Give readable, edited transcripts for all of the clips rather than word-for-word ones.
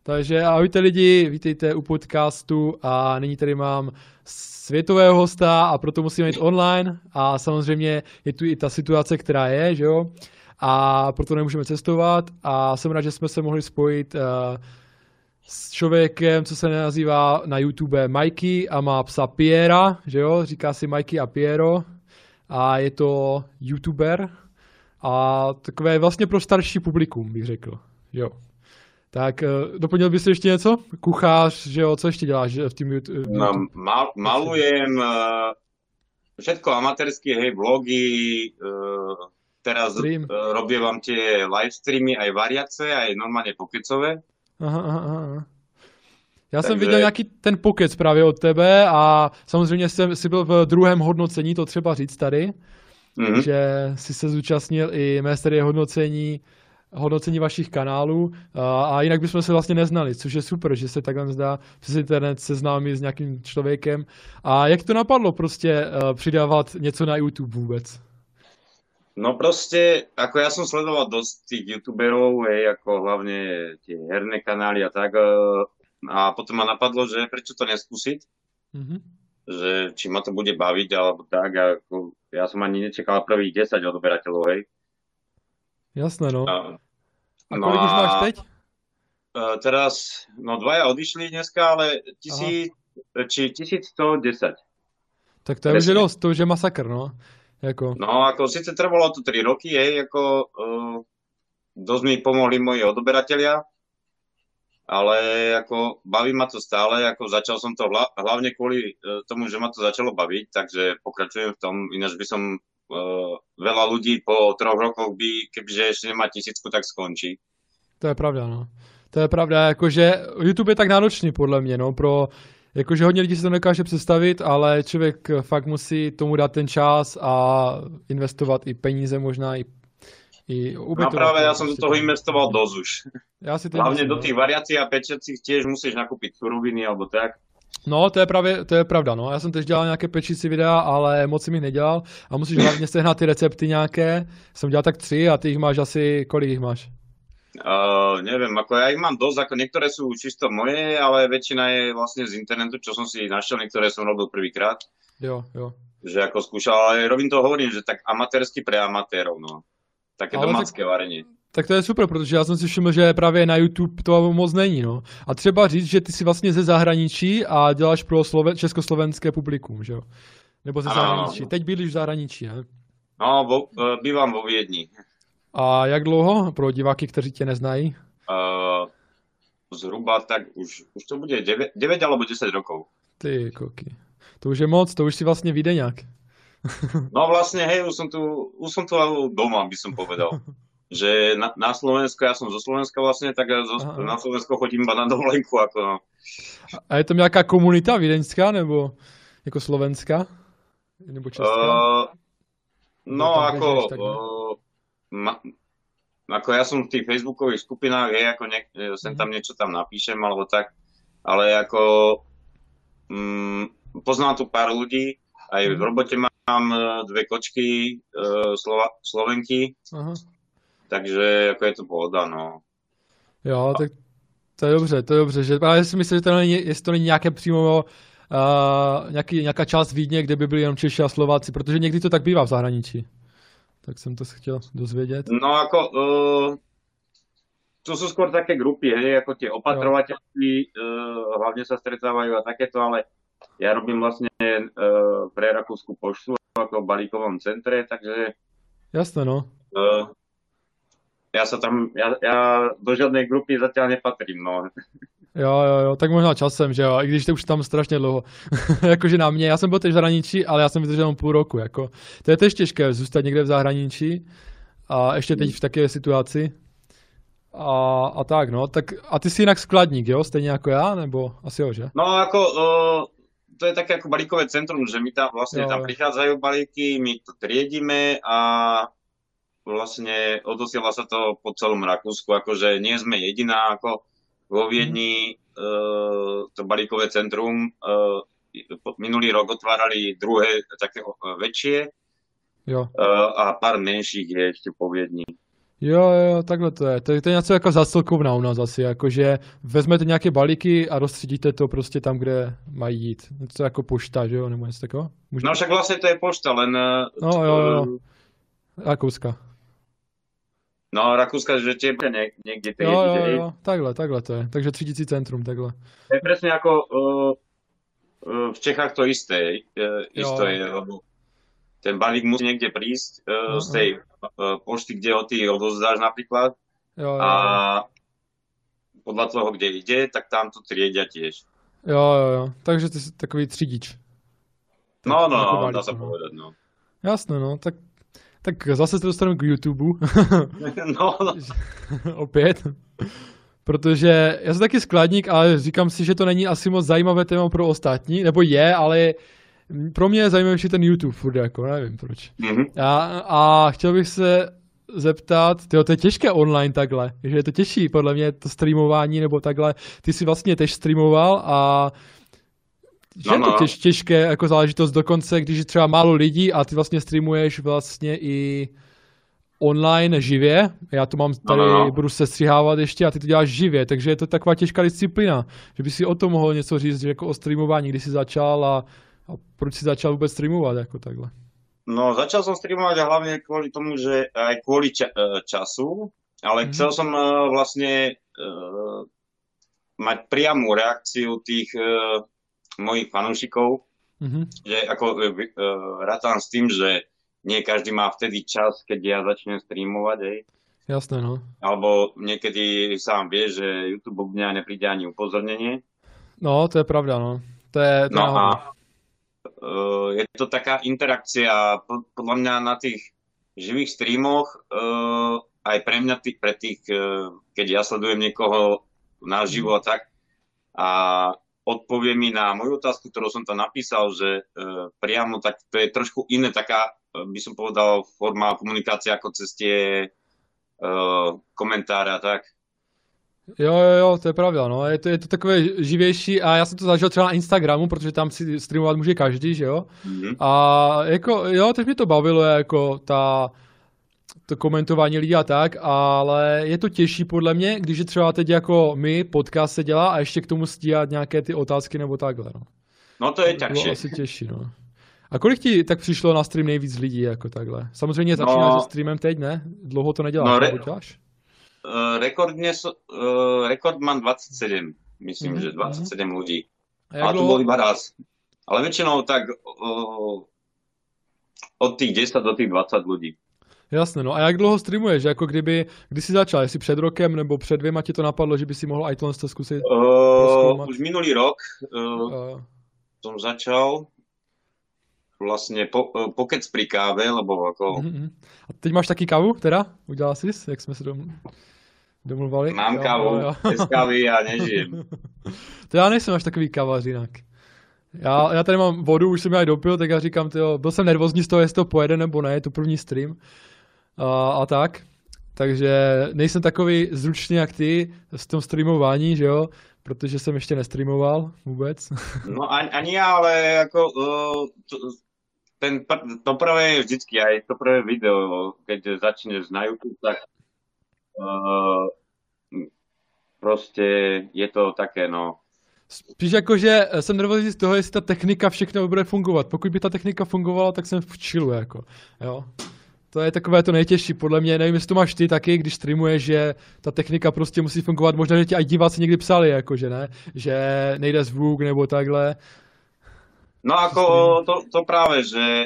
Takže ahojte lidi, vítejte u podcastu a nyní tady mám světového hosta a proto musíme jít online a samozřejmě je tu i ta situace, která je, že jo, a proto nemůžeme cestovat a jsem rád, že jsme se mohli spojit s člověkem, co se nazývá na YouTube Mikey a má psa Piera, že jo, říká si Mikey a Piero a je to YouTuber a takové vlastně pro starší publikum bych řekl, že jo. Tak doplnil bys ještě něco? Kuchář, že jo, co ještě děláš v tým YouTube? No, malujem, všetko amatérske, hej, vlogy, teraz robievam tie live streamy aj variace, aj normálne pokecové. Aha. Já jsem viděl nějaký ten pokec právě od tebe a samozřejmě jsi byl v druhém hodnocení, to třeba říct tady, že jsi se zúčastnil i mé série hodnocení vašich kanálů a jinak bychom se vlastně neznali, což je super, že se takhle zdá přes internet seznámí s nějakým člověkem. A jak to napadlo prostě přidávat něco na YouTube vůbec? No proste, ako ja som sledoval dosť tých youtuberov, ako hlavne tie herné kanály a tak, a potom ma napadlo, že prečo to neskúsiť, že či ma to bude baviť, alebo tak, ako ja som ani nečekal prvých 10 odberateľov, hej. Jasné, no. A kolik už máš teď? Teraz, no dvaja odišli dneska, ale 1110. Tak to je už dost, to už je masakr, no. Jako. No, ako síce trvalo to 3 roky, ako dosť mi pomohli moji odoberatelia, ale ako baví ma to stále, ako začal som to hlavne kvôli tomu, že ma to začalo baviť, takže pokračujem v tom, ináč by som veľa ľudí po 3 rokoch by, kebyže ešte nemá 1000, tak skončí. To je pravda, no. To je pravda, jakože YouTube je tak náročný podle mě, no, jakože hodně lidí si to nedokáže představit, ale člověk fakt musí tomu dát ten čas a investovat i peníze možná, i ubytovat. No práve ja som do toho investoval dosť už. Hlavne do tých variácií a pečiacích tiež musíš nakúpiť suroviny alebo tak. No, to je pravda, no. Já jsem teď dělal nějaké pečící videa, ale moc jsem jich nedělal a musíš hlavně sehnat ty recepty nějaké. Jsem dělal tak 3 a ty jich máš asi, kolik jich máš? Neviem, ako ja ich mám dosť, ako niektoré sú čisto moje, ale väčšina je vlastne z internetu, čo som si našiel, niektoré som robil prvýkrát. Jo. Že ako skúšal, ale robím to, hovorím, že tak amatérsky pre amatérov, no. Také domácké varenie. Tak to je super, protože já jsem si všiml, že právě na YouTube to moc není, no. A třeba říct, že ty jsi vlastně ze zahraničí a děláš pro československé publikum, že jo? Nebo ze zahraničí. Teď bydlíš v zahraničí, ne? No, bývám vo Viedni. A jak dlouho pro diváky, kteří tě neznají? Zhruba tak už to bude 9 alebo 10 rokov. Ty koky. To už je moc, to už si vlastne vyjde nejak. No vlastne, hej, už som tu doma, by som povedal. Že na Slovensko, ja som zo Slovenska vlastne, tak na Slovensko chodím iba na dovolenku. Ako no. A je tam nejaká komunita vídeňská, nebo jako slovenská? Nebo česká? No ako... Ako ja som v tých facebookových skupinách, ako sem tam niečo tam napíšem, alebo tak, ale ako poznám tu pár ľudí, aj v robote mám 2 kočky Slovenky, takže ako je to pohoda, no. Jo, tak to je dobře, že, ale já si myslím, že to není nějaké přímo nějaká část Vídně, kde by byli jenom Češi a Slováci, protože někdy to tak bývá v zahraničí. Tak som to chtěl dozvědět. No ako, to sú skôr také grupy, hej, ako tie opatrovateľství, hlavne sa stretávajú a takéto, ale ja robím vlastne pre Rakúsku poštu ako v balíkovom centre, takže... Jasné, no. Ja do žiadnej grupy zatiaľ nepatrím, no. Jo, tak možná časem, že jo, i když to už tam strašně dlouho. Jakože na mě, já jsem byl teď v zahraničí, ale já jsem vydržel jenom půl roku, jako. To je tež těžké, zůstat někde v zahraničí a ještě teď v takové situaci. A tak, no, tak a ty jsi jinak skladník, jo, stejně jako já, nebo asi jo, že? No, ako, to je také ako balíkové centrum, že my tam vlastne tam prichádzajú balíky, my to triedime a vlastne odosiela sa to po celom Rakúsku, akože nie sme jediná, ako vo Viedni to balíkové centrum minulý rok otvárali druhé také väčšie a pár menších je ešte po Viedni. Jo, takhle to je. To je něco jako zásilkovna u nás asi, jakože vezmete nějaké balíky a rozstřídíte to prostě tam, kde mají jít. Něco jako pošta, že jo, nebo něco takového? No však vlastne to je pošta, len No jo. Rakouska. no Rakúska, že tebe niekde to je. Jo, takhle to je. Takže třídící centrum, takhle. To je presne ako v Čechách to isté, isto Jo. je, lebo ten balík musí niekde prísť z No. tej pošty, kde ho ty odovzdáš napríklad a Jo. podľa toho, kde ide, tak tam to triedia tiež. Jo. Takže ty jsi takový třídič. No, Jako dá balíku, sa no. povedať, no. Jasné, no, tak zase se dostaneme k YouTube. No, Opět. Protože já jsem taky skladník, ale říkám si, že to není asi moc zajímavé téma pro ostatní, nebo je, ale pro mě je zajímavější ten YouTube furt, jako, nevím proč. A chtěl bych se zeptat, to je těžké online takhle, že je to těžší, podle mě to streamování nebo takhle. Ty jsi vlastně tež streamoval a že je to těžké jako záležitost dokonce, když je třeba málo lidí a ty vlastně streamuješ vlastně i online živě. Já to mám tady, budu sestřihávat ještě a ty to děláš živě, takže je to taková těžká disciplína, že by si o tom mohl něco říct, že jako o streamování, kdy jsi začal a proč si začal vůbec streamovat jako takhle. No, začal som streamovať hlavne kvôli tomu, že aj kvôli času, ale chcel som vlastne mať priamú reakciu tých mojich fanúšikov, že ako rátam s tým, že nie každý má vtedy čas, keď ja začnem streamovať, hej. Jasné, no. Alebo niekedy sám vie, že YouTube mňa nepríde ani upozornenie. No, to je pravda, no. To je a je to taká interakcia podľa mňa na tých živých streamoch, aj pre mňa, pre tých, keď ja sledujem niekoho naživo a tak a odpovie mi na moju otázku, ktorú som tam napísal, že priamo, tak to je trošku iné, taká, by som povedal, forma komunikácie ako cez tie komentáře a tak. Jo, to je pravda, no. Je to takové živější a já jsem to zažil třeba na Instagramu, protože tam si streamovat může každý, že jo. A jako, jo, teď mě to bavilo, jako to komentování lidí a tak, ale je to těžší podle mě, když je třeba teď jako my, podcast se dělá a ještě k tomu stíhat nějaké ty otázky nebo takhle, no. No to je těžší. To asi těžší, no. A kolik ti tak přišlo na stream nejvíc lidí, jako takhle? Samozřejmě začínáš se streamem teď, ne? Dlouho to neděláš, nebo děláš? Rekord mám 27, myslím, že 27 ľudí. Ale to bol iba raz. Ale väčšinou tak od tých 10 do tých 20 ľudí. Jasné, no a jak dlouho streamuješ? Jako kdy jsi začal? Jestli před rokem nebo před 2 ti to napadlo, že by si mohl i tohle zkusit? Už minulý rok som začal vlastne pokec pri káve, lebo ako... A teď máš taky kávu teda? Udělal jsi, jak jsme se domluvali? Mám kávu, bez kávy já nežijem. To já nejsem až takový kavař jinak. Já tady mám vodu, už jsem já dopil, tak já říkám, byl jsem nervózní z toho, jestli to pojede nebo ne, je to první stream. A tak. Takže nejsem takový zručný jak ty v tom streamování, že jo? Protože jsem ještě nestreamoval vůbec. No ani já, ale jako to prvé je vždycky, aj to prvé video, keď začneš na YouTube, tak prostě je to také, no. Spíš jako, že jsem nervózní z toho, jestli ta technika všechno bude fungovat. Pokud by ta technika fungovala, tak jsem v chillu, jako, jo. To je takové to nejtěžší, podle mě, nevím, jestli to máš ty taky, když streamuješ, že ta technika prostě musí fungovat, možná, že ti i diváci někdy psali, jako, že ne, že nejde zvuk nebo takhle. No ako to práve, že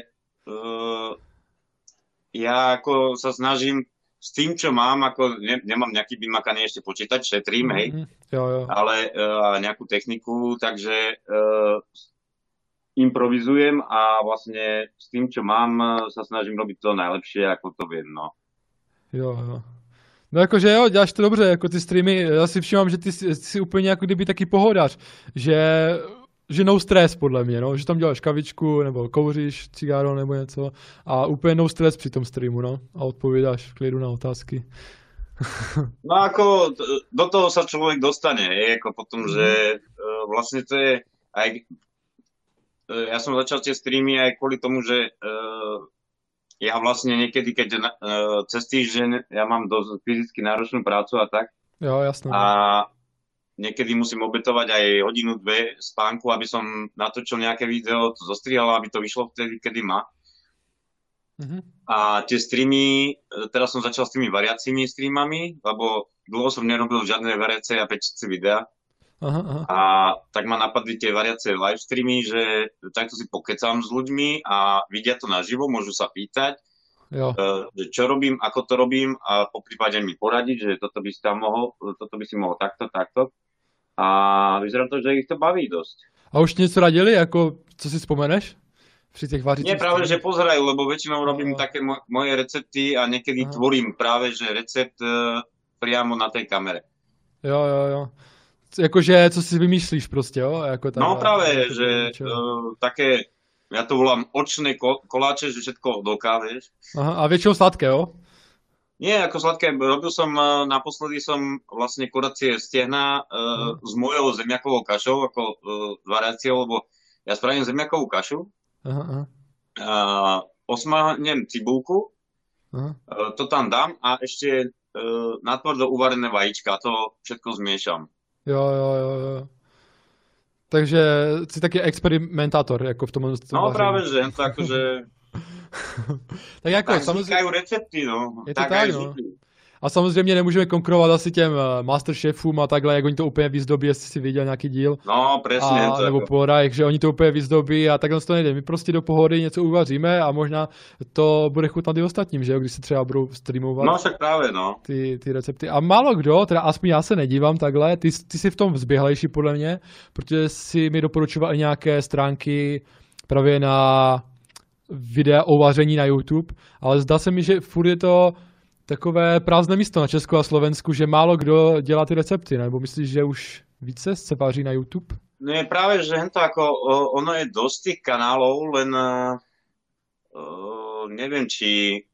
ja ako sa snažím s tým, čo mám, ako nemám nejaký vymakaný ešte počítač, šetrím, hej, ale nejakú techniku, takže improvizujem a vlastne s tým, čo mám, sa snažím robiť to najlepšie, ako to viem, no. Jo. No jakože jo, děláš to dobře, jako ty streamy, já si všimám, že ty jsi úplně jako kdyby taky pohodář, že no stres podle mě, no, že tam děláš kavičku, nebo kouříš cigáro nebo něco a úplně no stres při tom streamu, no, a odpovídáš v klidu na otázky. No ako do toho sa človek dostane, ako potom, že vlastne to je aj ja som začal tie streamy aj kvôli tomu, že ja vlastne niekedy, keď cez týždeň ja mám dosť fyzicky náročnú prácu a tak, Jo, jasné. a niekedy musím obetovať aj hodinu, dve spánku, aby som natočil nejaké video, to zostrihal, aby to vyšlo vtedy, kedy má. Mhm. A tie streamy, teraz som začal s tými variacími streamami, lebo dlho som nerobil žiadne variace a pečice videa. Aha, aha. A tak ma napadli tie variace live streamy, že takto si pokecám s ľuďmi a vidia to naživo, môžu sa pýtať, Jo. že čo robím, ako to robím a poprípade mi poradiť, že toto by si mohol takto, takto. A vyzerá to, že ich to baví dosť. A už ti něco radili, jako, co si vzpomeneš? Při těch vařicích? Nie, práve, že pozerajú, lebo väčšinou robím No. také moje recepty a niekedy Aha. tvorím práve, že recept priamo na tej kamere. Jo. Jakože, co si vymýšlíš prostě, jo? Jako No práve, jako že niečo. také, ja to volám očné koláče, že všetko dokážeš. Aha, a většinou sladké, jo? Nie, ako sladké, naposledy som vlastne kuracie stehna s mojou zemiakovou kašou, ako s variáciou, lebo ja spravím zemiakovú kašu, Aha. osmahnem cibulku, Aha. to tam dám a ešte natvrdo uvarené vajíčka, to všetko zmiešam. Jo. Takže jsi taky experimentátor, jako v tom No vaření. práve, že to akože Tak jako, tak samozřejmě, vznikajú recepty, no. Je to tak tak, aj no. vznikli. a samozřejmě nemůžeme konkurovat asi těm Masterchefům a takhle, jak oni to úplně vyzdobí, jestli si viděl nějaký díl. No, presne. A, nebo porajch, že oni to úplně vyzdobí a takhle to nejde. My prostě do pohody něco uvaříme a možná to bude chutnat i ostatním, že jo, když si třeba budou streamovat No však práve, no. ty recepty. A málo kdo, teda aspoň já se nedívám takhle, ty jsi v tom vzběhlejší podle mě, protože si mi doporučoval i nějaké stránky právě na videa o vaření na YouTube, ale zdá se mi, že furt je to takové prázdné místo na Česku a Slovensku, že málo kdo dělá ty recepty, nebo myslíš, že už více se vaří na YouTube? Nie, práve, že hento ako, ono je dosť tých kanálov, len neviem, či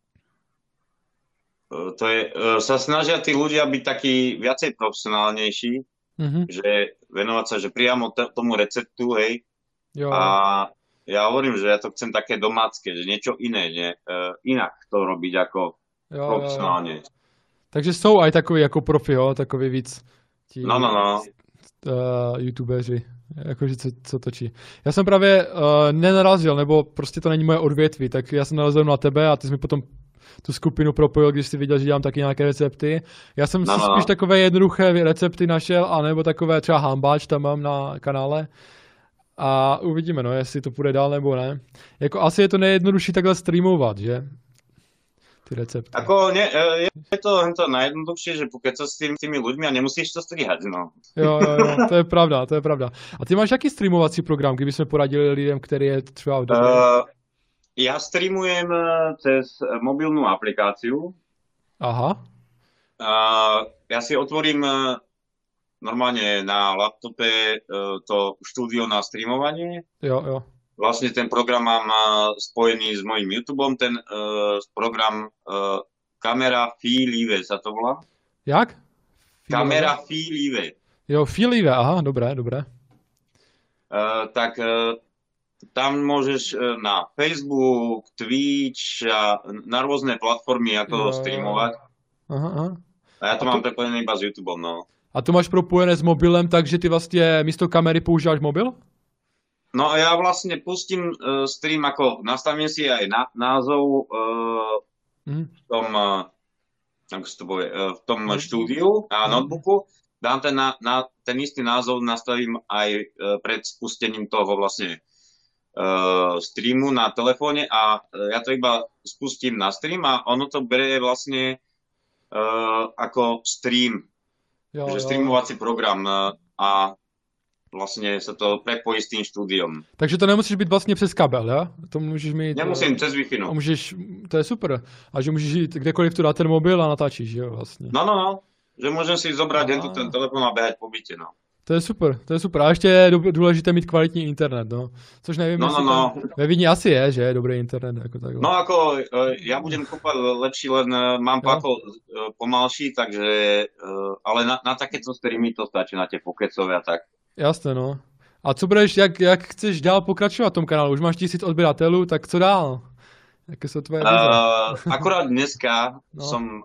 to je, sa snažia tí ľudia byť takí viacej profesionálnejší, že venovať sa, že priamo tomu receptu, hej. Jo. A ja hovorím, že ja to chcem také domácké, že niečo iné, inak to robiť ako profesionálne. Takže jsou aj takový jako profi, jo, takový víc ti No. youtubeři, jakože co točí. Já jsem právě nenarazil, nebo prostě to není moje odvětví, tak já jsem narazil na tebe a ty jsi mi potom tu skupinu propojil, když jsi viděl, že dělám taky nějaké recepty. Já jsem si spíš takové jednoduché recepty našel, anebo takové třeba hambáč tam mám na kanále. A uvidíme, no, jestli to půjde dál nebo ne. Jako asi je to nejjednodušší takhle streamovat, že? Ty recepty. Ako je to najjednoduchšie, že pokiaľ sa s tými ľuďmi a nemusíš to strihať, no. Jo, to je pravda. A ty máš jaký streamovací program, kdyby jsme poradili lidem, který je třeba Ja streamujem cez mobilnú aplikáciu. Aha. Ja si otvorím normálne na laptope to štúdio na streamovanie. Jo. Vlastne ten program mám spojený s mojím YouTubeom, ten program Camera Feelive sa to volá. Jak? Camera Feelive. Jo, Feelive, aha, dobré. Tak tam môžeš na Facebook, Twitch a na rôzne platformy ako streamovať. Aha. A ja to mám prepojené iba s YouTubeom, no. A to máš propojené s mobilem, takže ty vlastně místo kamery používáš mobil? No a ja vlastne pustím stream, ako nastavím si aj názov v tom, ako sa to povie, v tom štúdiu a notebooku. Dám ten istý názov, nastavím aj pred spustením toho vlastne streamu na telefóne a ja to iba spustím na stream a ono to berie vlastne ako stream, že streamovací program a vlastne sa to prepojí s tým štúdiom. Takže to nemusíš být vlastně přes kabel, jo? To můžeš mít... Nemusím, cez Wi-Fi, no. To je super. A že můžeš jít kdekoliv tu dát ten mobil a natáčíš, jo, vlastně. No. Že môžem si zobrať ten telefon a behať po byte, no. To je super. A ještě je důležité mít kvalitní internet, no. Což nevím, jestli ve Vídni asi je, že je dobrý internet, jako takhle. No ako, ja budem kúpať lepší, len mám ako pomalší, takže, ale na takéto streamy to stačí, na tie pokecové a tak. Jasné, no. A co budeš, jak chceš dál pokračovat v tom kanálu? Už máš 1000 odběratelů, tak co dál? Jaké jsou tvoje vize? Akurát dneska No, som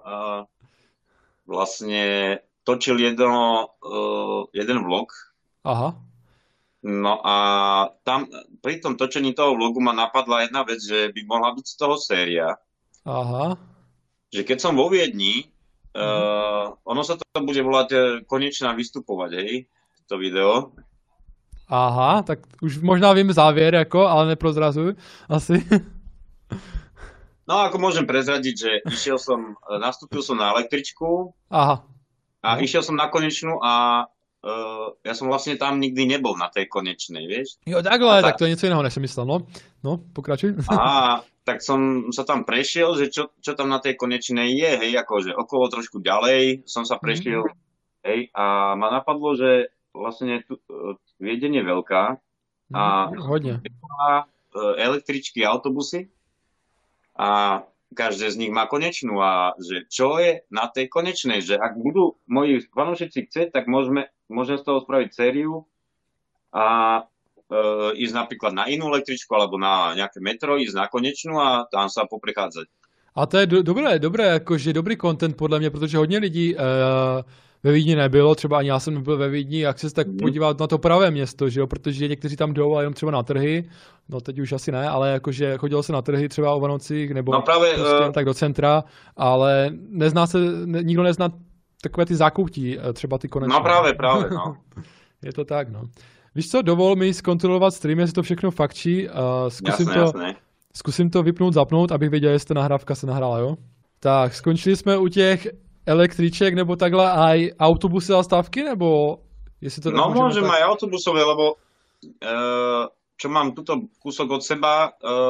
vlastne točil jeden vlog. aha, No a tam pri tom točení toho vlogu ma napadla jedna vec, že by mohla byť z toho séria. aha, Že keď som vo Viedni, mhm. ono sa to bude volať Konečná vystupovať, hej, to video. Aha, tak už možná vím závěr, jako, ale neprozrazuj, asi. No ako môžem prezradiť, že nastúpil som na električku Aha, a no. išiel som na konečnú a ja som vlastne tam nikdy nebol na tej konečnej, vieš. Jo, A, takhle, ta, tak to je něco jiného, než jsem myslel, no. No, pokračuj. a tak som sa tam prešiel, že čo tam na tej konečnej je, hej, akože okolo trošku ďalej som sa prešiel, Mhm, hej, a ma napadlo, že vlastne Viedeň je veľká a mhm, hodně. električky, autobusy a každé z nich má konečnú a že čo je na tej konečnej, že ak budú moji fanúšici chcieť, tak môžem z toho spraviť sériu a ísť napríklad na inú električku alebo na nejaké metro, ísť na konečnú a tam sa poprechádzať. A to je dobré, jakože dobrý content podle mě, protože hodně lidí ve Vídni nebylo, třeba ani já jsem byl ve Vídni, jak se tak podívat na to pravé město, že jo, protože někteří tam jdou a jenom třeba na trhy, no teď už asi ne, ale jakože chodilo se na trhy třeba o Vánocích, nebo No práve, prostě jen tak do centra, ale nikdo nezná takové ty zákoutí, třeba ty konečné. no práve, no. Je to tak, no. Víš co, dovol mi zkontrolovat stream, jestli to všechno fakčí, Jasné. zkusím to vypnout, zapnout, abych věděl, jestli ta nahrávka se nahrála, jo? Tak, skončili jsme u těch električek, nebo takhle aj autobusy a stávky, nebo jestli to tak No můžeme môžem tak... aj autobusové, lebo čo mám tuto kúsok od seba,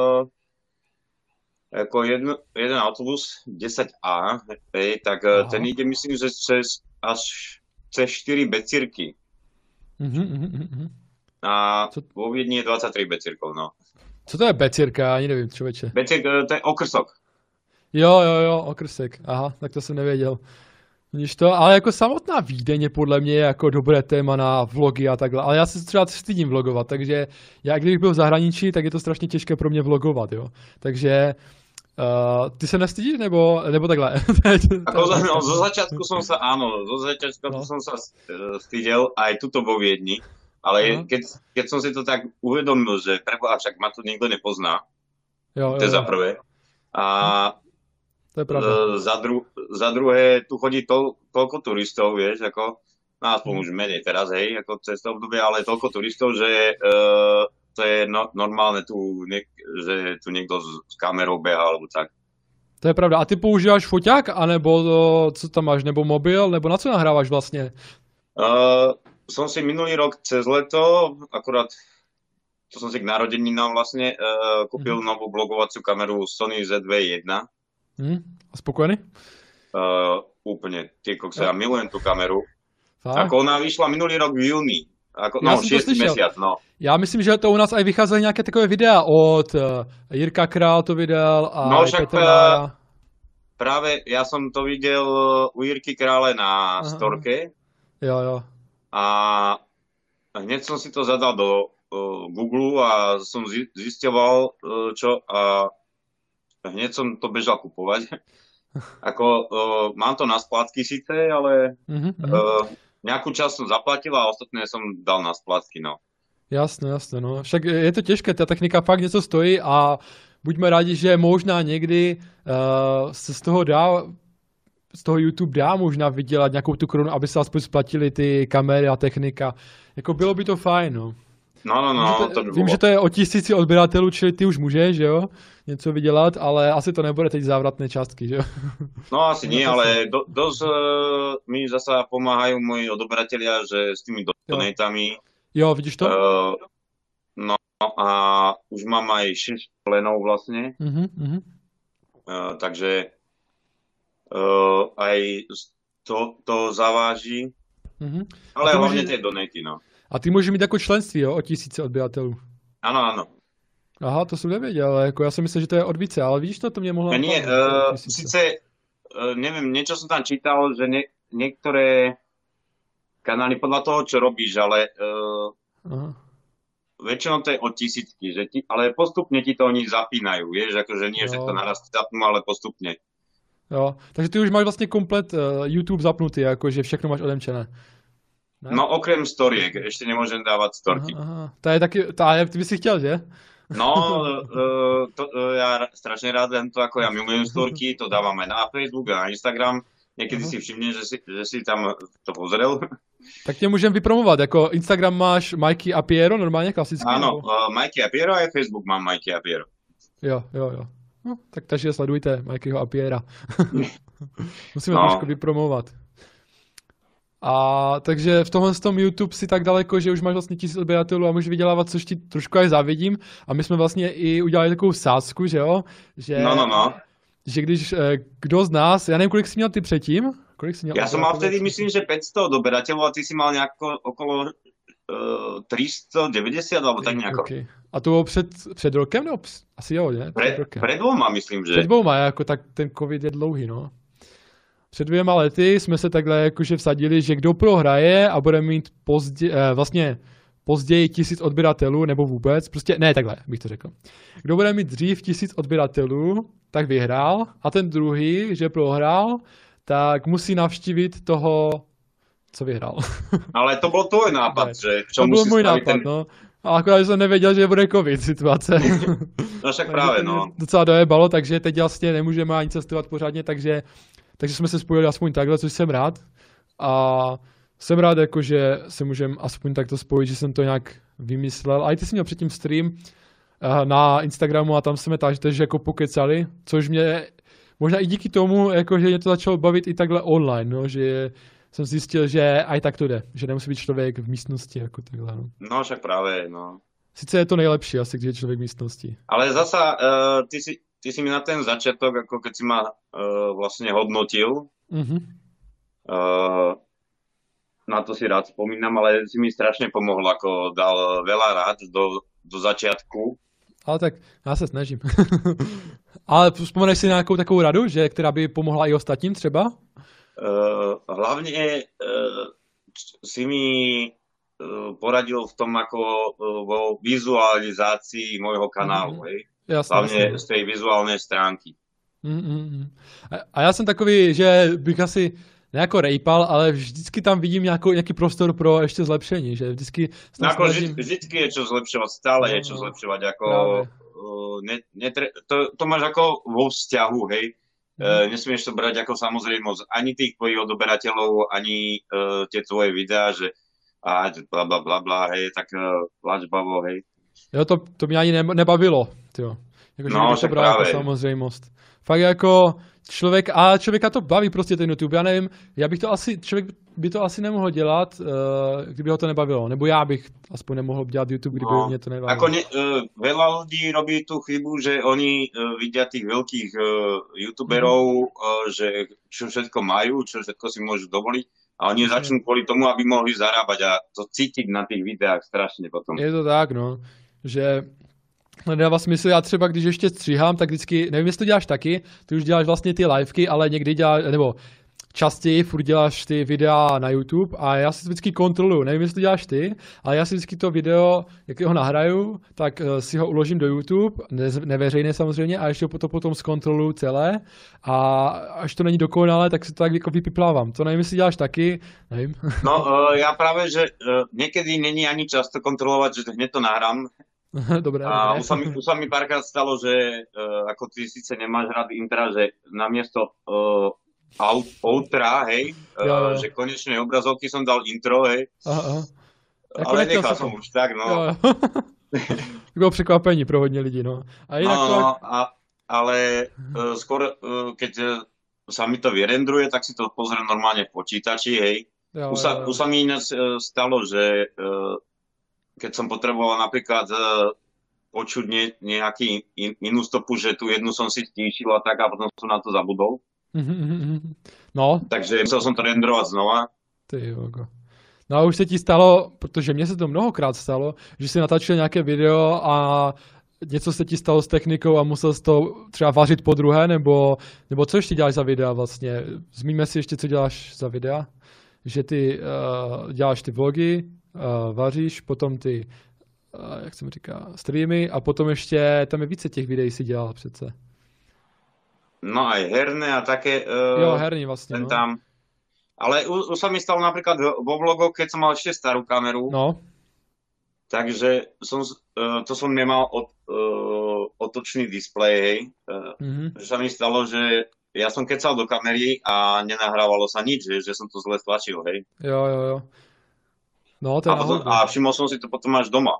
ako jeden autobus 10A, hej, tak ten Aha. ide myslím, že až cez 4 becírky. Mhm. A Co, vo Viedni je 23 becírkov, no. co to je becírka? Já ani nevím, člověče. To je okrsok. Jo, okrsek. Aha, tak to jsem nevěděl. Vidíš to, ale jako samotná Vídeň je podle mě jako dobré téma na vlogy a takhle, ale já se třeba stydím vlogovat, takže já kdybych byl v zahraničí, tak je to strašně těžké pro mě vlogovat, jo. Takže ty se nestydíš, nebo takhle? Zo začiatku som sa, áno, No, som sa stydel aj tuto vo Viedni, ale aha. keď som si to tak uvedomil, že preboha, však ma tu nikto nepozná, to je za Jo. prvé. A Hm, to je pravda. za druhé, tu chodí toľko turistov, vieš, ako, no aspoň Hm. už menej teraz, hej, ako cez to obdobie, ale toľko turistov, že to je normálne že tu niekto s kamerou beha, alebo tak. To je pravda. A ty používáš foťák, anebo co tam máš, nebo mobil, nebo na co nahráváš vlastně? Som si minulý rok cez leto, akurát to som si k narodeninám vlastne kúpil novú blogovaciu kameru Sony ZV-1. A spokojený? Úplne, ty kokse, Jo. ja milujem tú kameru. Fakt? Ako ona vyšla minulý rok v júni. Já jsem to 6. slyšel. mesiac, no. Já myslím, že to u nás aj vycházely nějaké takové videa od Jirka Král to vydal a No i však Petr Mára. práve ja som to videl u Jirky Krále na Aha. storke Jo. a hneď som si to zadal do Google a som zisťoval čo a hneď som to bežal kupovať. Ako mám to na splátky síce, ale Mhm. nejakú časť som zaplatil a ostatné som dal na splátky, no. Jasné, no. Však je to těžké, ta technika fakt něco stojí a buďme rádi, že možná někdy se z toho YouTube dá možná vydělat nějakou tu korunu, aby se aspoň splatili ty kamery a technika. Jako bylo by to fajn, no. No, to by Vím, bolo. že to je o 1000 odběratelů, čili ty už můžeš, že jo, něco vydělat, ale asi to nebude teď závratné částky, že jo. No asi nie, ale dosť mi zasa pomáhajú moji odoberatelia, že s tými donatami. Jo, vidíš to? No a už mám aj 6 členov vlastne, Mhm. takže aj to zaváži, Mhm. ale ty hlavne môžeš- tie donaty, no. A ty můžeš mít jako členství, jo, o 1000 odběratelů. Áno. Aha, to jsem nevěděl, ale jako já si myslím, že to je od více, ale vidíš to mě mohlo A nie, napadnout, že to je 1000. síce, neviem, niečo som tam čítal, že niektoré kanály podľa toho, čo robíš, ale Aha. väčšinou to je od tisícky, ale postupne ti to oni zapínajú, vieš, akože nie, že to naraz zapnú, ale postupne. Jo, takže ty už máš vlastně komplet YouTube zapnutý, jakože všechno máš odemčené. Ne? No okrem storiek, ešte nemôžem dávať storky. Aha. To je taky, ty by si chtěl, že? No, ja strašne rád len to, ako ja milujem storky, to dávam aj na Facebook a na Instagram. Niekedy si všimne, že si tam to pozrel. Tak tě můžem vypromovat, jako Instagram máš Mikey a Piero, normálně klasicky? Áno, Mikey a Piero a aj Facebook mám Mikey a Piero. Jo. No, tak takže sledujte Mikeyho a Piera. Musíme trošku vypromovat. A takže v tomhle tom YouTube si tak daleko, že už máš vlastně 1000 odběratelů a můžeš vydělávat, což ti trošku aj závidím. A my jsme vlastně i udělali takovou sázku, že jo? Že, no. Že když kdo z nás, já nevím, kolik jsi měl ty předtím? Ja som mal vtedy, myslím, že 500 odberateľov a ty si mal nejako okolo 390 alebo tak nejako. Okay. A to bylo před rokem? No, asi jo, ne? Před 2, myslím, že. Před 2, jako tak ten covid je dlouhý, no. Před 2 lety jsme se takhle jakože vsadili, že kdo prohraje a bude mít později 1000 odběratelů, nebo vůbec, prostě, ne takhle bych to řekl. Kdo bude mít dřív 1000 odběratelů, tak vyhrál a ten druhý, že prohrál, tak musí navštívit toho, co vyhrál. Ale to byl tvoj nápad, že v čom to byl můj nápad, no. A akorát jsem nevěděl, že bude covid situace. No však právě, no. Docela dojebalo, takže teď vlastně nemůžeme ani cestovat pořádně, takže jsme se spojili aspoň takhle, což jsem rád. A jsem rád, jako, že se můžeme aspoň takto spojit, že jsem to nějak vymyslel. A i ty jsi měl předtím stream na Instagramu a tam jsme takže jako pokecali, což mě možná i díky tomu, jako, že mě to začalo bavit i takhle online, no, že jsem zjistil, že aj tak to jde, že nemusí být člověk v místnosti, jako takhle, no. No, však právě, no. Sice je to nejlepší asi, když je člověk v místnosti. Ale zasa, ty si mi na ten začiatok, ako keď si ma vlastne hodnotil, na to si rád spomínam, ale si mi strašne pomohol, ako dal veľa rád do začiatku. Ale tak já se snažím. Ale vzpomeneš si nějakou takovou radu, že, která by pomohla i ostatním třeba? Hlavne si mi poradil v tom, ako vo vizualizácii môjho kanálu, hej? Jasně, hlavne z tej vizuálnej stránky. A já jsem takový, že bych asi nejako rejpal, ale vždycky tam vidím nějaký prostor pro ještě zlepšení, že vždycky... No ako vždycky je čo zlepšovať, stále je čo zlepšovať, ako... To máš ako vo vzťahu, hej? Nesmieš to brať ako samozrejmosť ani tých tvojich odoberateľov, ani tie tvoje videá, že bla, hej, tak plač babo, hej. Jo, to mě ani nebavilo, tyjo. Jako, no, že to bral jako samozřejmost. Fakt jako člověka to baví prostě ten YouTube, já nevím, člověk by to asi nemohl dělat, kdyby ho to nebavilo, nebo já bych aspoň nemohl dělat YouTube, kdyby mě to nebavilo. Ako veľa ľudí robí tú chybu, že oni vidia tých veľkých YouTuberov, že čo všetko majú, čo všetko si môžu dovoliť, a oni začnú kvôli tomu, aby mohli zarábať a to cítiť na tých videách strašne potom. Je to tak, no, že nedává smysl, já třeba když ještě stříhám, tak vždycky, nevím, jestli to děláš taky, ty už děláš vlastně ty liveky, ale někdy děláš, nebo častěji furt děláš ty videa na YouTube a já si to vždycky kontroluju, nevím, jestli to děláš ty, ale já si vždycky to video, jak ho nahraju, tak si ho uložím do YouTube, neveřejně samozřejmě, a ještě to potom zkontroluju celé a až to není dokonalé, tak si to tak jako vypiplávám. To nevím, jestli děláš taky, nevím. No, já právě, že někdy není ani čas to kontrolovat, že hneď to nahrám. Dobré. A už sa mi párkrát stalo, že ako ty síce nemáš rád intra, že namiesto outra, hej, že konečnej obrazovky som dal intro, hej. Aha. Ale nechal som už tak, no. Bylo překvapení pro hodně lidí, no. A jinak ale skôr, keď sa mi to vyrendruje, tak si to pozriem normálne v počítači, hej. Už sa mi ináč stalo, že keď som potreboval napríklad počuť nejaký inú stopu, že tu jednu som si stíšil a tak a potom som na to zabudol. No. Takže musel som to renderovať znova. Ty jogo. No a už se ti stalo, protože mně se to mnohokrát stalo, že si natáčel nějaké video a něco se ti stalo s technikou a musel jsi to třeba vařit po druhé, nebo co ještě děláš za videa vlastně? Zmíníme si ještě, co děláš za videa? Že ty děláš ty vlogy, vaříš, potom ty jak se mi říká, streamy a potom ještě, tam je více těch videí si dělal přece. No aj herné a také Jo, herní vlastně, ten no. tam. Ale už sa mi stalo napríklad vo vlogoch, keď som mal ešte starú kameru, No, takže to som nemal otočný displej, hej. Že sa mi stalo, že ja som kecal do kamery a nenahrávalo sa nič, že som to zle stlačil, hej. jo. No, to je na A všimol som si to potom až doma.